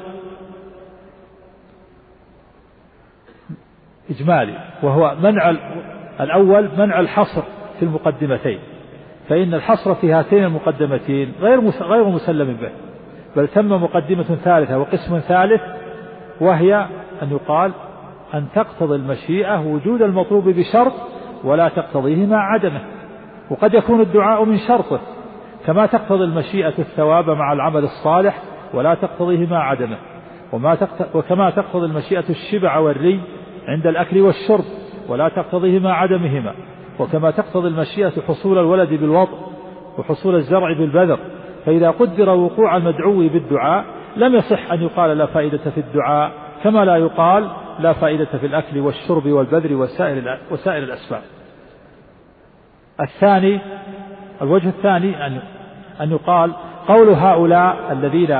إجمالي، وهو منع الأول منع الحصر في المقدمتين، فإن الحصر في هاتين المقدمتين غير غير مسلم به، بل ثم مقدمة ثالثة وقسم ثالث، وهي أن يقال أن تقتضي المشيئة وجود المطلوب بشرط ولا تقتضيه مع عدمه. وقد يكون الدعاء من شرطه، كما تقتضي المشيئة الثواب مع العمل الصالح ولا تقتضيه مع عدمه، وما تقت... وكما تقتضي المشيئة الشبع والري عند الأكل والشرب ولا تقتضيه مع عدمهما، وكما تقتضي المشيئة حصول الولد بالوضع وحصول الزرع بالبذر. فإذا قدر وقوع المدعو بالدعاء لم يصح أن يقال لا فائدة في الدعاء، كما لا يقال لا فائدة في الأكل والشرب والبذر وسائر وسائر الأسباب. الثاني الوجه الثاني أن أن يقال قول هؤلاء الذين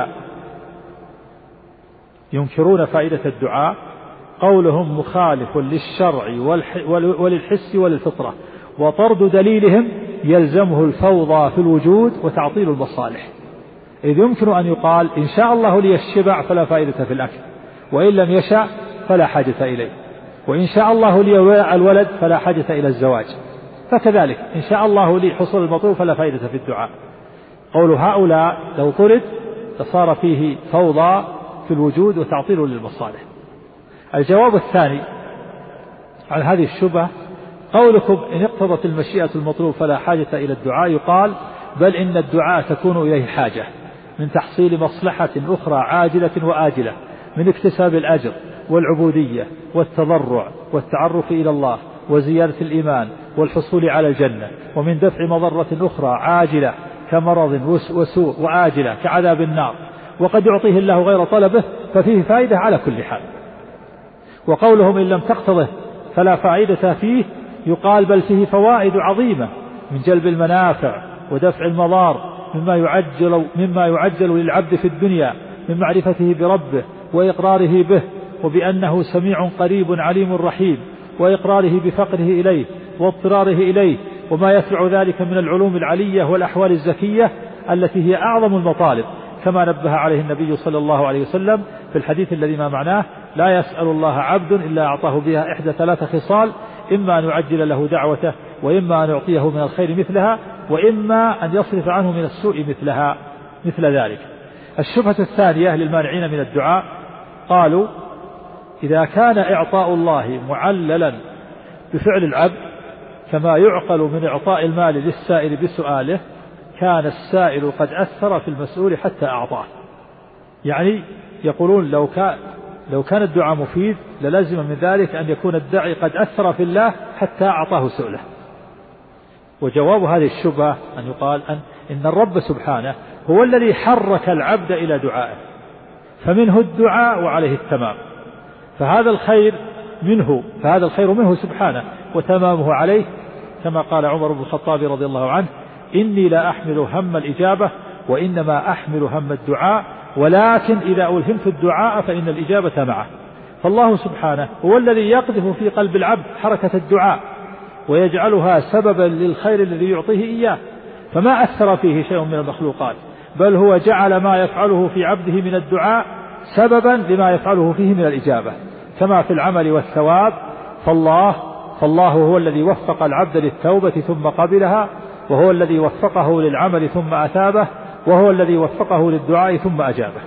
ينكرون فائدة الدعاء قولهم مخالف للشرع وللحس وللفطرة، وطرد دليلهم يلزمه الفوضى في الوجود وتعطيل المصالح. إذ يمكن أن يقال إن شاء الله لي الشبع فلا فائدة في الأكل، وإن لم يشاء فلا حاجة إليه، وإن شاء الله لي الولد فلا حاجة إلى الزواج، فكذلك إن شاء الله لي حصول المطلوب فلا فائدة في الدعاء. قول هؤلاء لو طرد فصار فيه فوضى في الوجود وتعطيل للمصالح. الجواب الثاني عن هذه الشبهة قولكم إن اقتضت المشيئة المطلوب فلا حاجة إلى الدعاء، يقال بل إن الدعاء تكون إليه حاجة من تحصيل مصلحة أخرى عاجلة وآجلة، من اكتساب الأجر والعبودية والتضرع والتعرف إلى الله وزيادة الإيمان والحصول على الجنة، ومن دفع مضرة أخرى عاجلة كمرض وسوء، وآجلة كعذاب النار، وقد يعطيه الله غير طلبه، ففيه فائدة على كل حال. وقولهم إن لم تقتضه فلا فائدة فيه، يقال بل فيه فوائد عظيمة من جلب المنافع ودفع المضار، مما يعجل, مما يعجل للعبد في الدنيا من معرفته بربه وإقراره به، وبأنه سميع قريب عليم رحيم، وإقراره بفقره إليه واضطراره إليه، وما يتبع ذلك من العلوم العلية والأحوال الزكية التي هي أعظم المطالب، كما نبه عليه النبي صلى الله عليه وسلم في الحديث الذي ما معناه: لا يسأل الله عبد إلا أعطاه بها إحدى ثلاث خصال، إما أن يعجل له دعوته، وإما أن يعطيه من الخير مثلها، وإما أن يصرف عنه من السوء مثلها مثل ذلك. الشبهة الثانية للمانعين من الدعاء قالوا: إذا كان إعطاء الله معللا بفعل العبد كما يعقل من إعطاء المال للسائل بسؤاله، كان السائل قد أثر في المسؤول حتى أعطاه. يعني يقولون لو كان لو كان الدعاء مفيد للازم من ذلك أن يكون الداعي قد أثر في الله حتى أعطاه سؤله. وجواب هذه الشبهة أن يقال أن إن الرب سبحانه هو الذي حرك العبد إلى دعائه، فمنه الدعاء وعليه التمام، فهذا الخير منه فهذا الخير منه سبحانه وتمامه عليه، كما قال عمر بن الخطاب رضي الله عنه: إني لا أحمل هم الإجابة وإنما أحمل هم الدعاء، ولكن إذا ألهمت الدعاء فإن الإجابة معه. فالله سبحانه هو الذي يقذف في قلب العبد حركة الدعاء ويجعلها سببا للخير الذي يعطيه إياه، فما أثر فيه شيء من المخلوقات، بل هو جعل ما يفعله في عبده من الدعاء سببا لما يفعله فيه من الإجابة، كما في العمل والثواب. فالله فالله هو الذي وفق العبد للتوبة ثم قبلها، وهو الذي وفقه للعمل ثم أثابه، وهو الذي وفقه للدعاء ثم أجابه.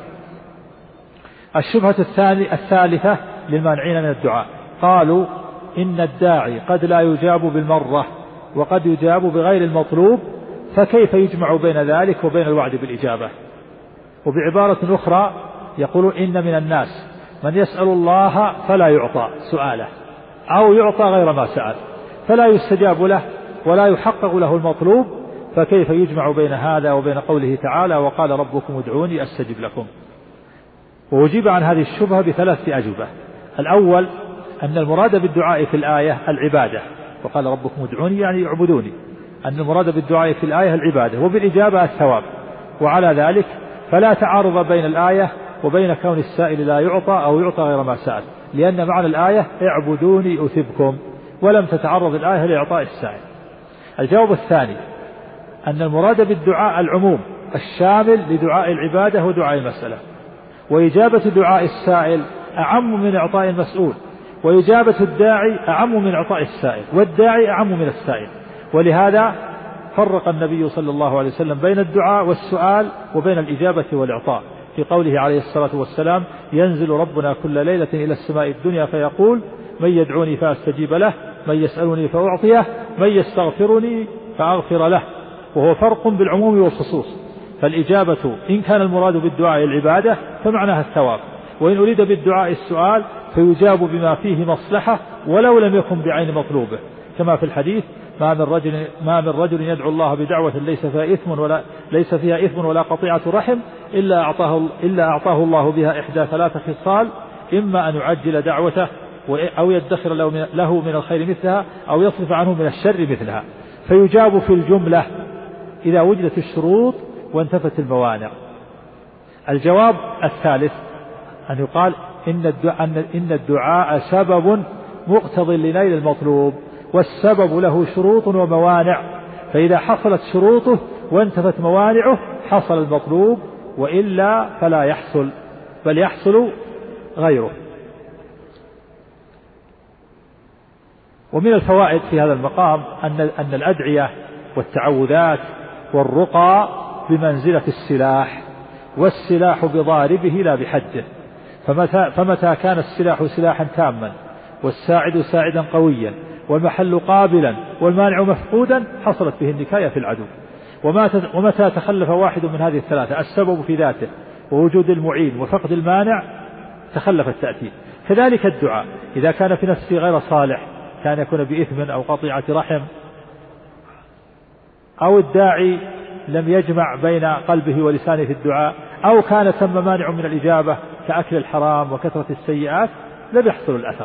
الشبهة الثالثة للمانعين من الدعاء قالوا: إن الداعي قد لا يجاب بالمرة وقد يجاب بغير المطلوب، فكيف يجمع بين ذلك وبين الوعد بالإجابة؟ وبعبارة أخرى يقول: إن من الناس من يسأل الله فلا يعطى سؤاله، أو يعطى غير ما سأل، فلا يستجاب له ولا يحقق له المطلوب، فكيف يجمع بين هذا وبين قوله تعالى: وقال ربكم ادعوني أستجب لكم؟ وأجيب عن هذه الشبهة بثلاثة أجوبة. الأول أن المراد بالدعاء في الآية العبادة، وقال ربكم ادعوني يعني اعبدوني، أن المراد بالدعاء في الآية العبادة، وبالإجابة الثواب. وعلى ذلك فلا تعارض بين الآية وبين كون السائل لا يعطى أو يعطى غير ما سأل، لأن معنى الآية اعبدوني أثبكم، ولم تتعرض الآية لإعطاء السائل. الجواب الثاني أن المراد بالدعاء العموم الشامل لدعاء العبادة ودعاء المسألة، وإجابة دعاء السائل أعم من إعطاء المسؤول، وإجابة الداعي أعم من إعطاء السائل، والداعي أعم من السائل. ولهذا فرق النبي صلى الله عليه وسلم بين الدعاء والسؤال وبين الإجابة والإعطاء في قوله عليه الصلاة والسلام: ينزل ربنا كل ليلة إلى السماء الدنيا فيقول: من يدعوني فأستجيب له، من يسألني فأعطيه، من يستغفرني فأغفر له. وهو فرق بالعموم والخصوص، فالإجابة إن كان المراد بالدعاء العبادة فمعناها الثواب، وإن أريد بالدعاء السؤال فيجاب بما فيه مصلحة ولو لم يكن بعين مطلوبه، كما في الحديث: ما من رجل ما من رجل يدعو الله بدعوة ليس فيها إثم ولا ليس فيها إثم ولا قطيعة رحم إلا أعطاه إلا أعطاه الله بها إحدى ثلاث خصال: إما أن يعجل دعوته، أو يدخر له من الخير مثلها، أو يصرف عنه من الشر مثلها. فيجاب في الجملة إذا وجدت الشروط وانتفت الموانع. الجواب الثالث أن يقال إن الدعاء, إن الدعاء سبب مقتض لنيل المطلوب، والسبب له شروط وموانع، فإذا حصلت شروطه وانتفت موانعه حصل المطلوب، وإلا فلا يحصل، بل يحصل غيره. ومن الفوائد في هذا المقام أن أن الأدعية والتعوذات والرقى بمنزلة السلاح، والسلاح بضاربه لا بحده، فمتى, فمتى كان السلاح سلاحا تاما والساعد ساعدا قويا والمحل قابلا والمانع مفقودا حصلت به النكاية في العدو. ومتى تخلف واحد من هذه الثلاثة، السبب في ذاته ووجود المعين وفقد المانع، تخلف التأثير. كذلك الدعاء إذا كان في نفسه غير صالح، كان يكون بإثم أو قطيعة رحم، أو الداعي لم يجمع بين قلبه ولسانه في الدعاء، أو كان ثم مانع من الإجابة كأكل الحرام وكثرة السيئات، لم يحصل الأثر.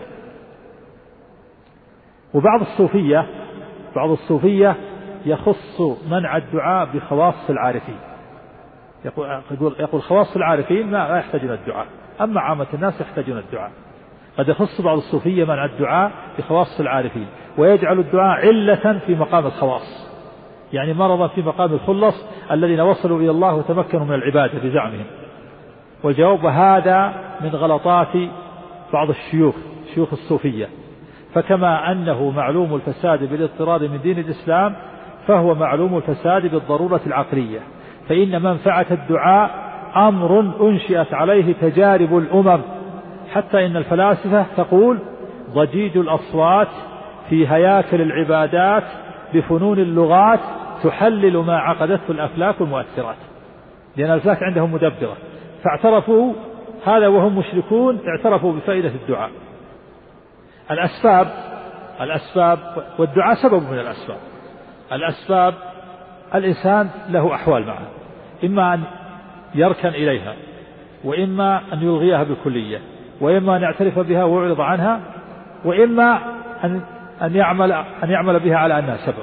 وبعض الصوفية بعض الصوفية يخص منع الدعاء بخواص العارفين، يقول, يقول خواص العارفين ما يحتاجون الدعاء، أما عامة الناس يحتاجون الدعاء. قد يخص بعض الصوفية منع الدعاء بخواص العارفين ويجعل الدعاء علة في مقام الخواص، يعني مرضا في مقام الخلص الذين وصلوا إلى الله وتمكنوا من العبادة بزعمهم. والجواب هذا من غلطات بعض الشيوخ شيوخ الصوفية، فكما أنه معلوم الفساد بالاضطراد من دين الإسلام فهو معلوم الفساد بالضرورة العقلية، فإن منفعة الدعاء أمر أنشئت عليه تجارب الأمم، حتى إن الفلاسفة تقول ضجيج الأصوات في هياكل العبادات بفنون اللغات تحلل ما عقدته الأفلاك والمؤثرات، لأن الأفلاك عندهم مدبرة، فاعترفوا هذا وهم مشركون، اعترفوا بفائدة الدعاء. الأسباب الأسباب والدعاء سبب من الأسباب. الأسباب الإنسان له أحوال معها، إما أن يركن إليها، وإما أن يلغيها بالكلية، وإما أن يعترف بها ويعرض عنها، وإما أن أن يعمل أن يعمل بها على أنها سبب.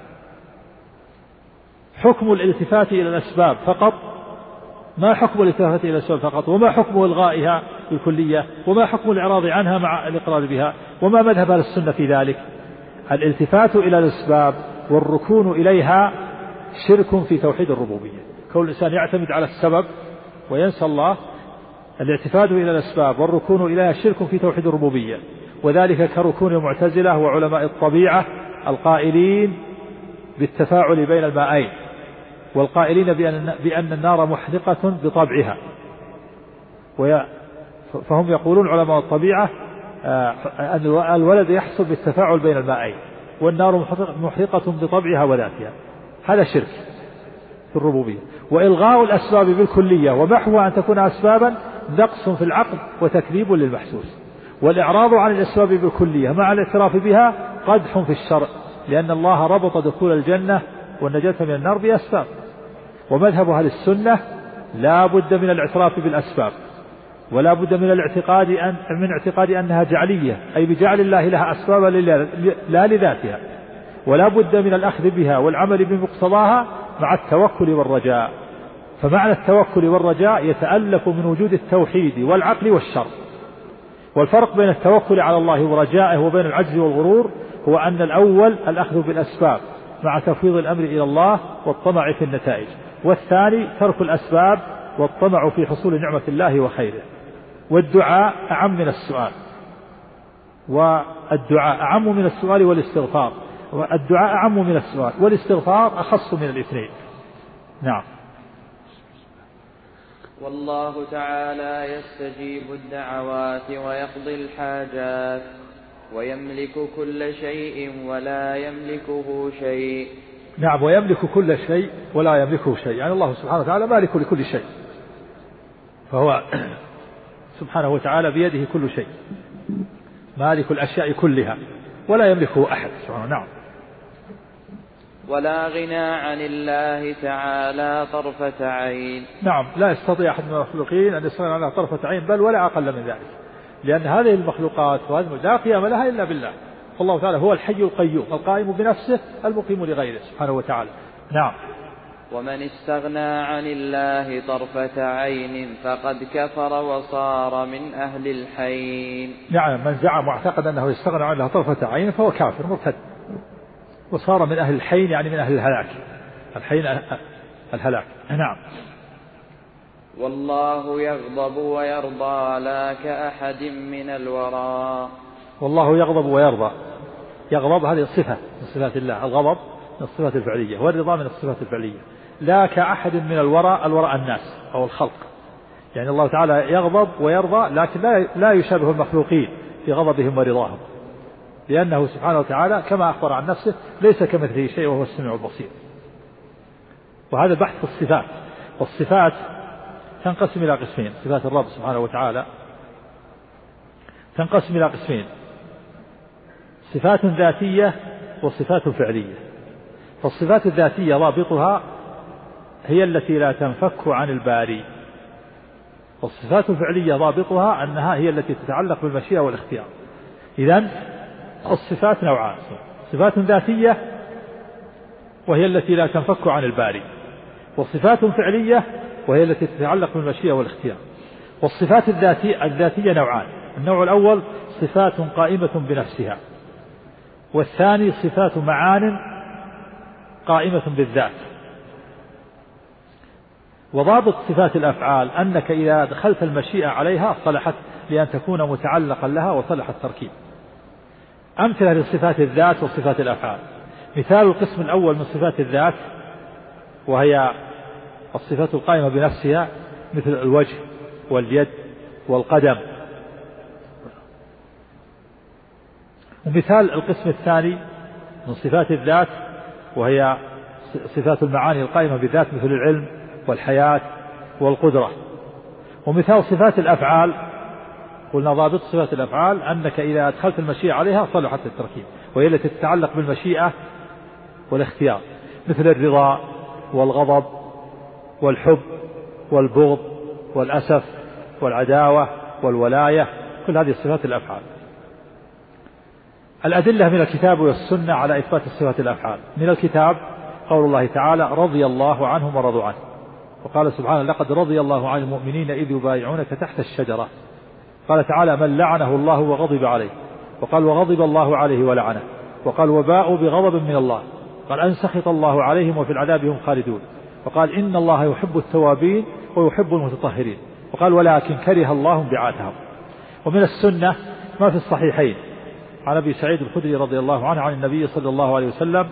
حكم الالتفات إلى الأسباب فقط، ما حكم الالتفات إلى الأسباب فقط، وما حكم إلغائها بالكلية، وما حكم الإعراض عنها مع الإقرار بها، وما مذهب أهل السنة في ذلك؟ الالتفات إلى الأسباب والركون إليها شرك في توحيد الربوبية. كون الإنسان يعتمد على السبب وينسى الله، الالتفات إلى الأسباب والركون إليها شرك في توحيد الربوبية، وذلك كركون المعتزلة وعلماء الطبيعة القائلين بالتفاعل بين المائين، والقائلين بأن, بأن النار محرقة بطبعها، فهم يقولون علماء الطبيعة أن الولد يحصل بالتفاعل بين المائين، والنار محرقة بطبعها وذاتها. هذا شرك في الربوبية. وإلغاء الأسباب بالكلية ومحوها أن تكون أسبابا نقص في العقل وتكذيب للمحسوس. والإعراض عن الأسباب بالكلية مع الاعتراف بها قدح في الشرع، لأن الله ربط دخول الجنة والنجاة من النار بأسباب. ومذهب أهل السنة لا بد من الاعتراف بالأسباب، ولا بد من الاعتقاد أن من اعتقاد أنها جعلية، أي بجعل الله لها أسبابا لا لذاتها، ولا بد من الأخذ بها والعمل بمقتضاها مع التوكل والرجاء. فمعنى التوكل والرجاء يتألف من وجود التوحيد والعقل والشر. والفرق بين التوكل على الله ورجائه وبين العجز والغرور هو أن الأول الأخذ بالأسباب مع تفويض الأمر إلى الله والطمع في النتائج، والثاني ترك الأسباب والطمع في حصول نعمة الله وخيره. والدعاء أعم من السؤال، والدعاء أعم من السؤال والاستغفار، والدعاء أعم من السؤال والاستغفار أخص من الاثنين. نعم. والله تعالى يستجيب الدعوات ويقضي الحاجات ويملك كل شيء ولا يملكه شيء. نعم، ويملك كل شيء ولا يملكه شيء، يعني الله سبحانه وتعالى مالك لكل شيء، فهو سبحانه وتعالى بيده كل شيء، مالك الأشياء كلها ولا يملكه أحد سبحانه. نعم. ولا غنى عن الله تعالى طرفة عين. نعم، لا يستطيع أحد من المخلوقين أن يستغني عنها طرفة عين، بل ولا أقل من ذلك، لأن هذه المخلوقات لا قيام لها إلا بالله. فالله تعالى هو الحي القيوم القائم بنفسه المقيم لغيره سبحانه وتعالى. نعم. ومن استغنى عن الله طرفة عين فقد كفر وصار من أهل الحين. نعم، من زعم واعتقد أنه يستغنى عن الله طرفة عين فهو كافر مرتد، وصار من أهل الحين يعني من أهل الهلاك. الحين الهلاك. نعم. والله يغضب ويرضى لا كأحد من الورى. والله يغضب ويرضى. يغضب هذه صفة من صفات الله، الغضب من الصفات الفعلية، والرضا من الصفات الفعلية. لا كأحد من الورى، الورى الناس أو الخلق، يعني الله تعالى يغضب ويرضى، لكن لا لا يشابه المخلوقين في غضبهم ورضاهم، لأنه سبحانه وتعالى كما أخبر عن نفسه ليس كمثله شيء وهو السميع البصير. وهذا بحث في الصفات. والصفات تنقسم إلى قسمين، صفات الرب سبحانه وتعالى تنقسم إلى قسمين، صفات ذاتية وصفات فعلية. فالصفات الذاتية ضابطها هي التي لا تنفك عن الباري، والصفات الفعلية ضابطها أنها هي التي تتعلق بالمشيئة والاختيار. إذن الصفات نوعان: صفات ذاتية وهي التي لا تنفك عن الباري، وصفات فعلية وهي التي تتعلق بالمشيئة والاختيار. والصفات الذاتية, الذاتية نوعان: النوع الأول صفات قائمة بنفسها، والثاني صفات معان قائمة بالذات. وضابط صفات الأفعال أنك إذا دخلت المشيئة عليها صلحت لأن تكون متعلقا لها وصلح التركيب. أمثلة لصفات الذات وصفات الأفعال: مثال القسم الأول من صفات الذات وهي الصفات القائمة بنفسها مثل الوجه واليد والقدم. ومثال القسم الثاني من صفات الذات وهي صفات المعاني القائمة بالذات مثل العلم والحياة والقدرة. ومثال صفات الأفعال قلنا ضابط صفات الأفعال أنك إذا أدخلت المشيئة عليها صلحت التركيب، وهي التي تتعلق بالمشيئة والاختيار مثل الرضا والغضب والحب والبغض والأسف والعداوة والولاية، كل هذه صفات الأفعال. الأدلة من الكتاب والسنة على إثبات صفات الأفعال: من الكتاب قول الله تعالى: رضي الله عنهم ورضوا عنه، وقال سبحانه: لقد رضي الله عن المؤمنين إذ يبايعونك تحت الشجرة. قال تعالى: من لعنه الله وغضب عليه، وقال: وغضب الله عليه ولعنه، وقال: وباءوا بغضب من الله، قال: أن سخط الله عليهم وفي العذاب هم خالدون، وقال: إن الله يحب التوابين ويحب المتطهرين، وقال: ولكن كره الله بعاثهم. ومن السنة ما في الصحيحين عن أبي سعيد الخدري رضي الله عنه عن النبي صلى الله عليه وسلم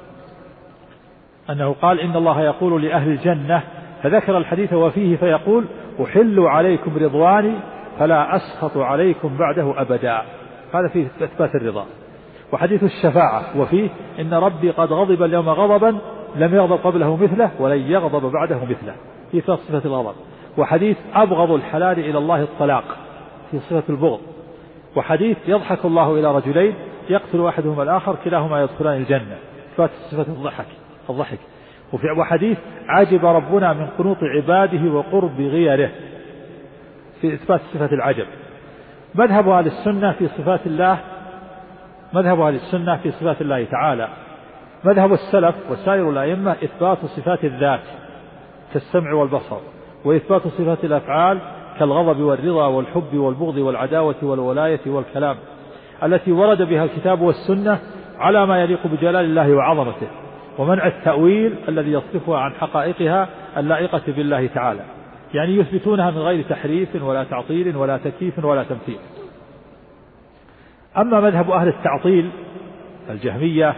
أنه قال: إن الله يقول لأهل الجنة، فذكر الحديث وفيه فيقول: أحل عليكم رضواني فلا أسخط عليكم بعده أبدا. هذا فيه إثبات الرضا. وحديث الشفاعة وفيه: إن ربي قد غضب اليوم غضبا لم يغضب قبله مثله ولن يغضب بعده مثله، في صفة الغضب. وحديث أبغض الحلال إلى الله الطلاق، في صفة البغض. وحديث يضحك الله إلى رجلين يقتل أحدهما الآخر كلاهما يدخلان الجنة، إثبات صفة الضحك الضحك. وحديث عجب ربنا من قنوط عباده وقرب غيره، في إثبات صفة العجب. مذهب أهل السنة في صفات الله مذهب أهل السنة في صفات الله تعالى مذهب السلف وسائر الأئمة إثبات صفات الذات كالسمع والبصر، وإثبات صفات الأفعال كالغضب والرضا والحب والبغض والعداوة والولاية والكلام التي ورد بها الكتاب والسنة على ما يليق بجلال الله وعظمته، ومنع التأويل الذي يصرفها عن حقائقها اللائقة بالله تعالى، يعني يثبتونها من غير تحريف ولا تعطيل ولا تكييف ولا تمثيل. أما مذهب أهل التعطيل الجهمية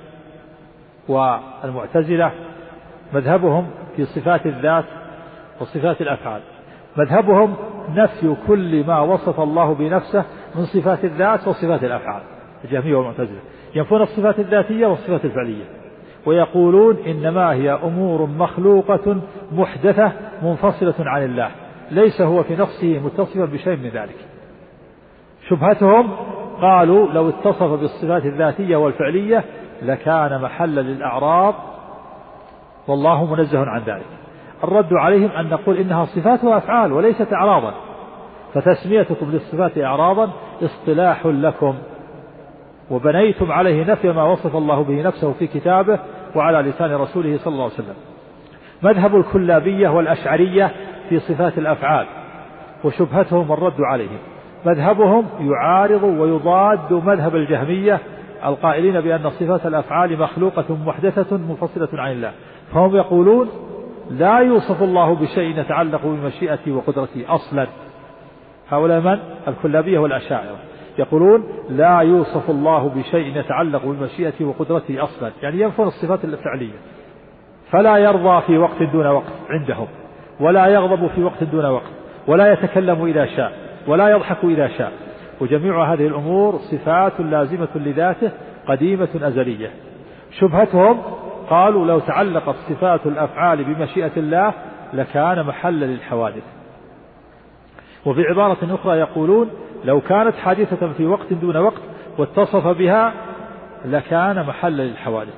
والمعتزلة مذهبهم في صفات الذات وصفات الأفعال، مذهبهم نفي كل ما وصف الله بنفسه من صفات الذات وصفات الأفعال. الجهمية والمعتزلة ينفون الصفات الذاتية والصفات الفعلية، ويقولون إنما هي أمور مخلوقة محدثة منفصلة عن الله، ليس هو في نفسه متصفا بشيء من ذلك. شبهتهم قالوا: لو اتصف بالصفات الذاتية والفعلية لكان محلا للأعراض والله منزه عن ذلك. الرد عليهم أن نقول إنها صفات وأفعال وليست أعراضا، فتسميتكم للصفات أعراضا اصطلاح لكم، وبنيتم عليه نفي ما وصف الله به نفسه في كتابه وعلى لسان رسوله صلى الله عليه وسلم. مذهب الكلابية والأشعرية في صفات الأفعال وشبهتهم الرد عليهم، مذهبهم يعارض ويضاد مذهب الجهمية القائلين بأن صفات الأفعال مخلوقة محدثة منفصلة عن الله، فهم يقولون: لا يوصف الله بشيء يتعلق بمشيئته وقدرته أصلا. هؤلاء من؟ الكلابية والأشاعرة يقولون: لا يوصف الله بشيء يتعلق بمشيئته وقدرته أصلا، يعني ينفون الصفات الفعلية. فلا يرضى في وقت دون وقت عندهم، ولا يغضب في وقت دون وقت، ولا يتكلم إذا شاء، ولا يضحك إذا شاء. وجميع هذه الأمور صفات لازمة لذاته قديمة أزلية. شبهتهم قالوا: لو تعلقت صفات الأفعال بمشيئة الله لكان محلا للحوادث. وفي عبارة أخرى يقولون: لو كانت حادثة في وقت دون وقت واتصف بها لكان محلا للحوادث.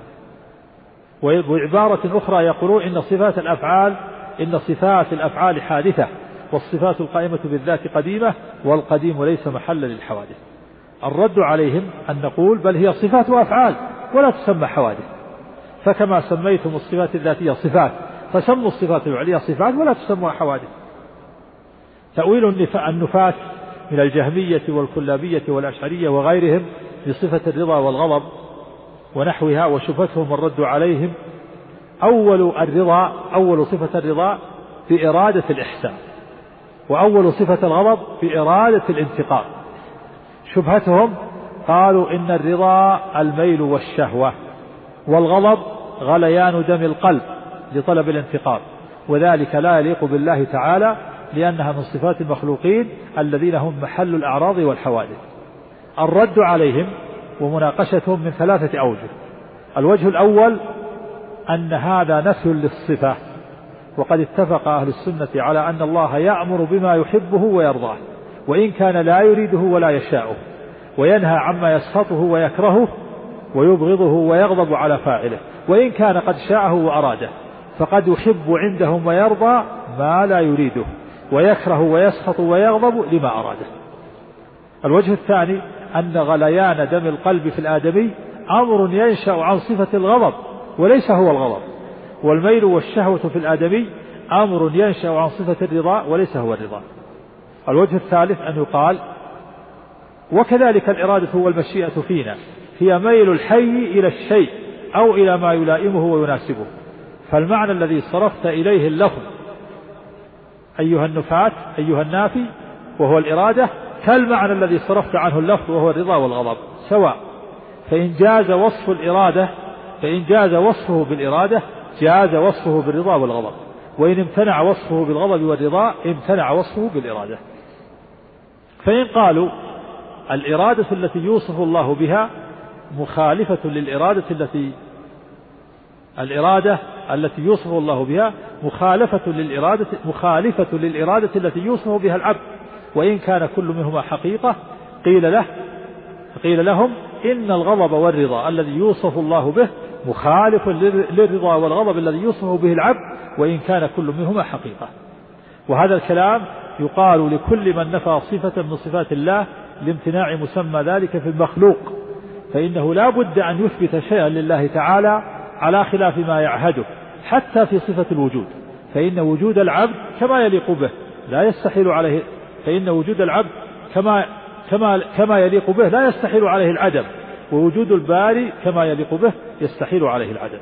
وعبارة أخرى يقولون: إن صفات الأفعال إن صفات الأفعال حادثة، والصفات القائمة بالذات قديمة والقديم ليس محلا للحوادث. الرد عليهم أن نقول بل هي صفات وأفعال ولا تسمى حوادث، فكما سميتم الصفات الذاتية صفات فسموا الصفات العليا صفات ولا تسموا حوادث. تأويل النفاة من الجهمية والكلابية والأشعرية وغيرهم بصفة الرضا والغضب ونحوها وشبهتهم الرد عليهم. أول الرضا أول صفة الرضا بإرادة الإحسان، وأول صفة الغضب بإرادة الانتقام. شبهتهم قالوا إن الرضا الميل والشهوة، والغضب غليان دم القلب لطلب الانتقام، وذلك لا يليق بالله تعالى لأنها من صفات المخلوقين الذين هم محل الأعراض والحوادث. الرد عليهم ومناقشتهم من ثلاثة أوجه. الوجه الأول أن هذا نفي للصفة، وقد اتفق أهل السنة على أن الله يأمر بما يحبه ويرضاه وإن كان لا يريده ولا يشاءه، وينهى عما يسخطه ويكرهه ويبغضه ويغضب على فاعله وإن كان قد شاءه وأراده، فقد يحب عندهم ويرضى ما لا يريده ويكره ويسخط ويغضب لما أراده. الوجه الثاني أن غليان دم القلب في الآدمي أمر ينشأ عن صفة الغضب وليس هو الغضب، والميل والشهوة في الآدمي أمر ينشأ عن صفة الرضا وليس هو الرضا. الوجه الثالث أن يقال وكذلك الإرادة والمشيئة فينا هي ميل الحي إلى الشيء أو إلى ما يلائمه ويناسبه، فالمعنى الذي صرفت إليه اللفظ أيها النفاة أيها النافي وهو الإرادة كالمعنى الذي صرفت عنه اللفظ وهو الرضا والغضب سواء، فإن جاز وصف الإرادة فإن جاز وصفه بالإرادة جاز وصفه بالرضا والغضب، وإن امتنع وصفه بالغضب والرضا امتنع وصفه بالإرادة. فإن قالوا الإرادة التي يوصف الله بها مخالفة للإرادة التي الإرادة التي يوصف الله بها مخالفة للإرادة مخالفة للإرادة التي يوصف بها العبد وإن كان كل منهما حقيقة، قيل له قيل لهم إن الغضب والرضا الذي يوصف الله به مخالف للرضا والغضب الذي يوصف به العبد وإن كان كل منهما حقيقة. وهذا الكلام يقال لكل من نفى صفة من صفات الله لامتناع مسمى ذلك في المخلوق، فإنه لا بد أن يثبت شيئا لله تعالى على خلاف ما يعهده حتى في صفة الوجود، فإن وجود العبد كما يليق به لا يستحيل عليه فإن وجود العبد كما كما كما يليق به لا يستحيل عليه العدم، ووجود الباري كما يليق به يستحيل عليه العدم.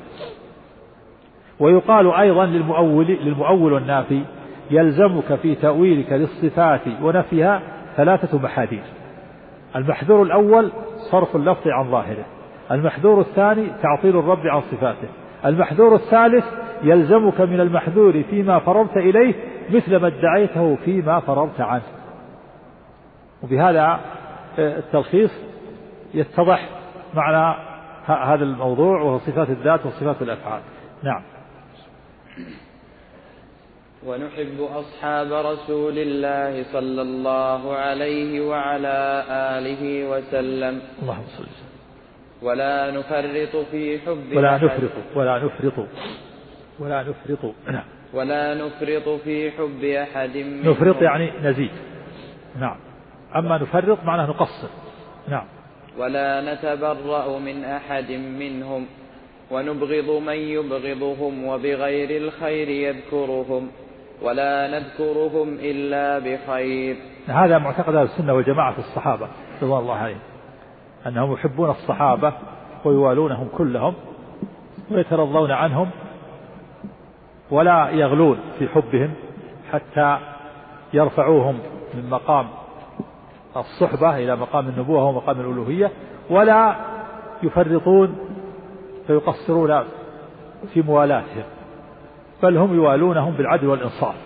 ويقال أيضا للمؤول للمؤول والنافي يلزمك في تأويلك للصفات ونفيها ثلاثة محاذير. المحذور الأول صرف اللفظ عن ظاهره، المحذور الثاني تعطيل الرب عن صفاته، المحذور الثالث يلزمك من المحذور فيما فررت إليه مثل ما ادعيته فيما فررت عنه. وبهذا التلخيص يتضح معنى هذا الموضوع وهو صفات الذات وصفات الأفعال. نعم. ونحب أصحاب رسول الله صلى الله عليه وعلى آله وسلم اللهم صل وسلم ولا نفرط في حب ولا نفرط ولا نفرط ولا نفرط نعم ولا نفرط في حب أحد منهم. نفرط يعني نزيد. نعم. أما نفرط معناه نقصر. نعم. ولا نتبرأ من أحد منهم ونبغض من يبغضهم وبغير الخير يذكرهم ولا نذكرهم إلا بخير. هذا معتقد أهل السنة والجماعة في الصحابة رضوان الله عليهم أنهم يحبون الصحابة ويوالونهم كلهم ويترضون عنهم ولا يغلون في حبهم حتى يرفعوهم من مقام الصحبة إلى مقام النبوة ومقام الألوهية، ولا يفرطون فيقصرون في موالاتهم، بل هم يوالونهم بالعدل والإنصاف،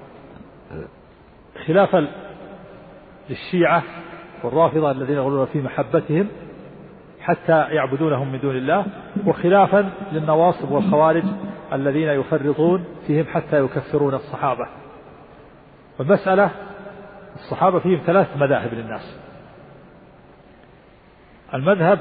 خلافا للشيعة والرافضة الذين يغلون في محبتهم حتى يعبدونهم من دون الله، وخلافا للنواصب والخوارج الذين يفرطون فيهم حتى يكفرون الصحابة. والمسألة الصحابة فيهم ثلاث مذاهب للناس. المذهب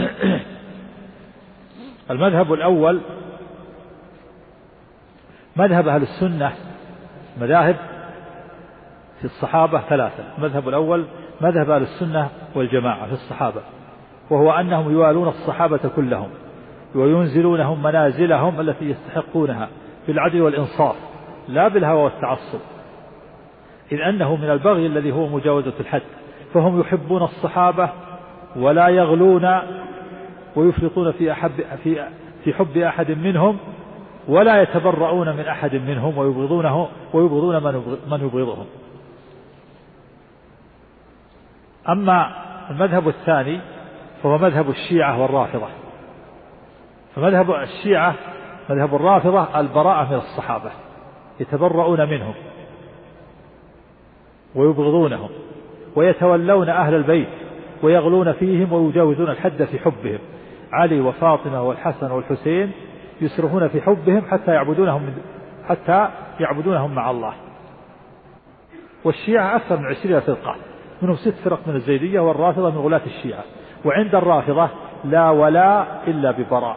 المذهب الأول مذهب أهل السنة، مذاهب في الصحابة ثلاثة. المذهب الأول مذهب أهل السنة والجماعة في الصحابة، وهو أنهم يوالون الصحابة كلهم وينزلونهم منازلهم التي يستحقونها بالعدل والإنصاف لا بالهوى والتعصب، إذ أنه من البغي الذي هو مجاوزة الحد، فهم يحبون الصحابة ولا يغلون ويفرطون في أحب في في حب أحد منهم، ولا يتبرؤون من أحد منهم ويبغضونه ويبغضون من يبغضهم. أما المذهب الثاني فهو مذهب الشيعة والرافضة. فمذهب الشيعة مذهب الرافضة البراءة من الصحابة، يتبرؤون منهم ويبغضونهم ويتولون أهل البيت ويغلون فيهم ويجاوزون الحد في حبهم. علي وفاطمة والحسن والحسين يسرفون في حبهم حتى يعبدونهم حتى يعبدونهم مع الله. والشيعة أكثر من عشرين فرقة، منهم ست فرق من الزيدية، والرافضة من غلاة الشيعة. وعند الرافضة لا ولاء إلا ببراء.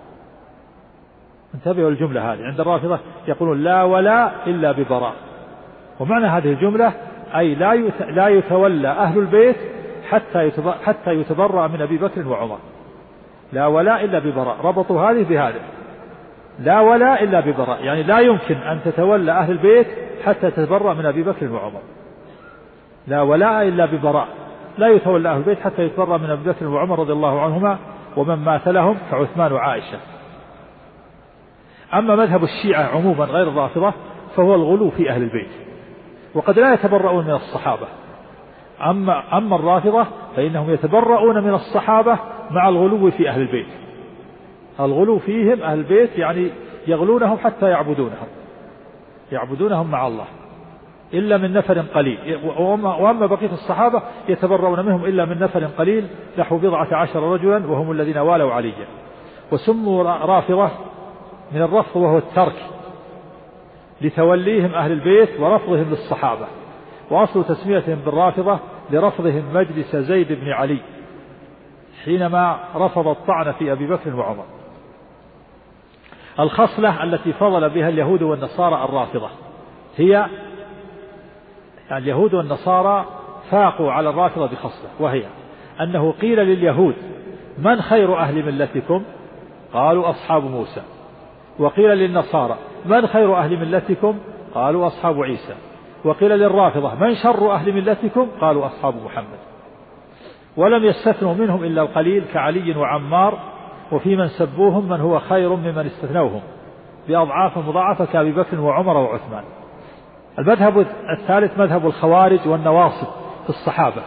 انتبهوا الجملة هذه، عند الرافضة يقولون لا ولاء إلا ببراء. ومعنى هذه الجملة أي لا لا يتولى أهل البيت حتى حتى يتبرأ من أبي بكر وعمر. لا ولاء إلا ببراء، ربطوا هذه بهذه. لا ولاء إلا ببراء يعني لا يمكن أن تتولى أهل البيت حتى تتبرأ من أبي بكر وعمر. لا ولاء إلا ببراء، لا يتولى أهل البيت حتى يتبرأ من أبي بكر وعمر رضي الله عنهما ومن مات لهم كعثمان وعائشة. أما مذهب الشيعة عموما غير الرافضة فهو الغلو في أهل البيت، وقد لا يتبرؤون من الصحابة. أما, أما الرافضة فإنهم يتبرؤون من الصحابة مع الغلو في أهل البيت. الغلو فيهم أهل البيت يعني يغلونهم حتى يعبدونهم يعبدونهم مع الله إلا من نفر قليل. وأما بقية الصحابة يتبرؤون منهم إلا من نفر قليل نحو بضعة عشر رجلا وهم الذين والوا عليا. وسموا رافضة من الرفض وهو الترك لتوليهم أهل البيت ورفضهم للصحابة. وأصل تسميتهم بالرافضة لرفضهم مجلس زيد بن علي حينما رفض الطعن في أبي بكر وعمر. الخصلة التي فضل بها اليهود والنصارى الرافضة هي يعني اليهود والنصارى فاقوا على الرافضة بخصلة، وهي أنه قيل لليهود من خير أهل ملتكم؟ قالوا أصحاب موسى. وقيل للنصارى من خير أهل ملتكم؟ قالوا أصحاب عيسى. وقيل للرافضة من شر أهل ملتكم؟ قالوا أصحاب محمد. ولم يستثنوا منهم إلا القليل كعلي وعمار، وفي من سبوهم من هو خير ممن استثنوهم بأضعاف مضاعفة كأبي بكر وعمر وعثمان. المذهب الثالث مذهب الخوارج والنواصب في الصحابة،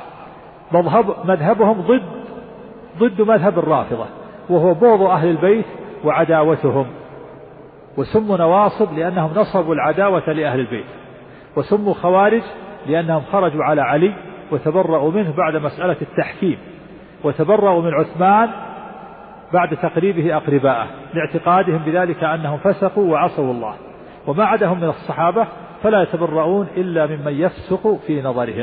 مذهبهم ضد ضد مذهب الرافضة، وهو بغض أهل البيت وعداوتهم. وسموا نواصب لأنهم نصبوا العداوة لأهل البيت، وسموا خوارج لأنهم خرجوا على علي وتبرؤوا منه بعد مسألة التحكيم، وتبرؤوا من عثمان بعد تقريبه أقرباءه لاعتقادهم بذلك أنهم فسقوا وعصوا الله. وما عدهم من الصحابة فلا يتبرؤون إلا ممن يفسق في نظرهم.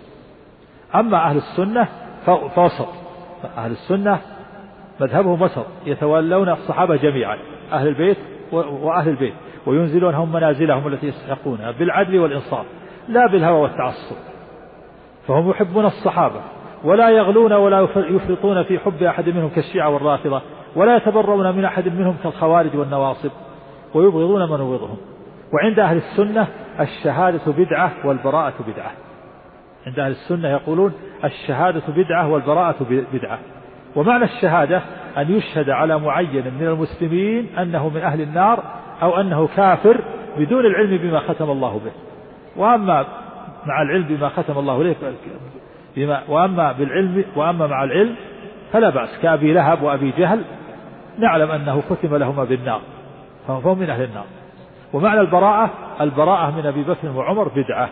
أما أهل السنة فوسط، أهل السنة مذهبهم وسط، يتولون الصحابة جميعا أهل البيت وأهل البيت وينزلونهم منازلهم التي يستحقونها بالعدل والإنصاف لا بالهوى والتعصب. فهم يحبون الصحابة ولا يغلون ولا يفرطون في حب أحد منهم كالشيعة والرافضة، ولا يتبرؤون من أحد منهم كالخوارج والنواصب، ويبغضون من يبغضهم. وعند أهل السنة الشهادة بدعة والبراءة بدعة. عند أهل السنة يقولون الشهادة بدعة والبراءة بدعة. ومعنى الشهادة أن يشهد على معين من المسلمين أنه من أهل النار أو أنه كافر بدون العلم بما ختم الله به. وأما مع العلم بما ختم الله له بما وأما بالعلم وأما مع العلم فلا بأس، كأبي لهب وأبي جهل نعلم أنه ختم لهما بالنار فهم من أهل النار. ومعنى البراءة البراءة من أبي بكر وعمر بدعة.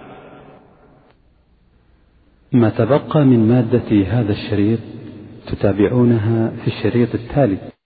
ما تبقى من مادة هذا الشريط تتابعونها في الشريط التالي.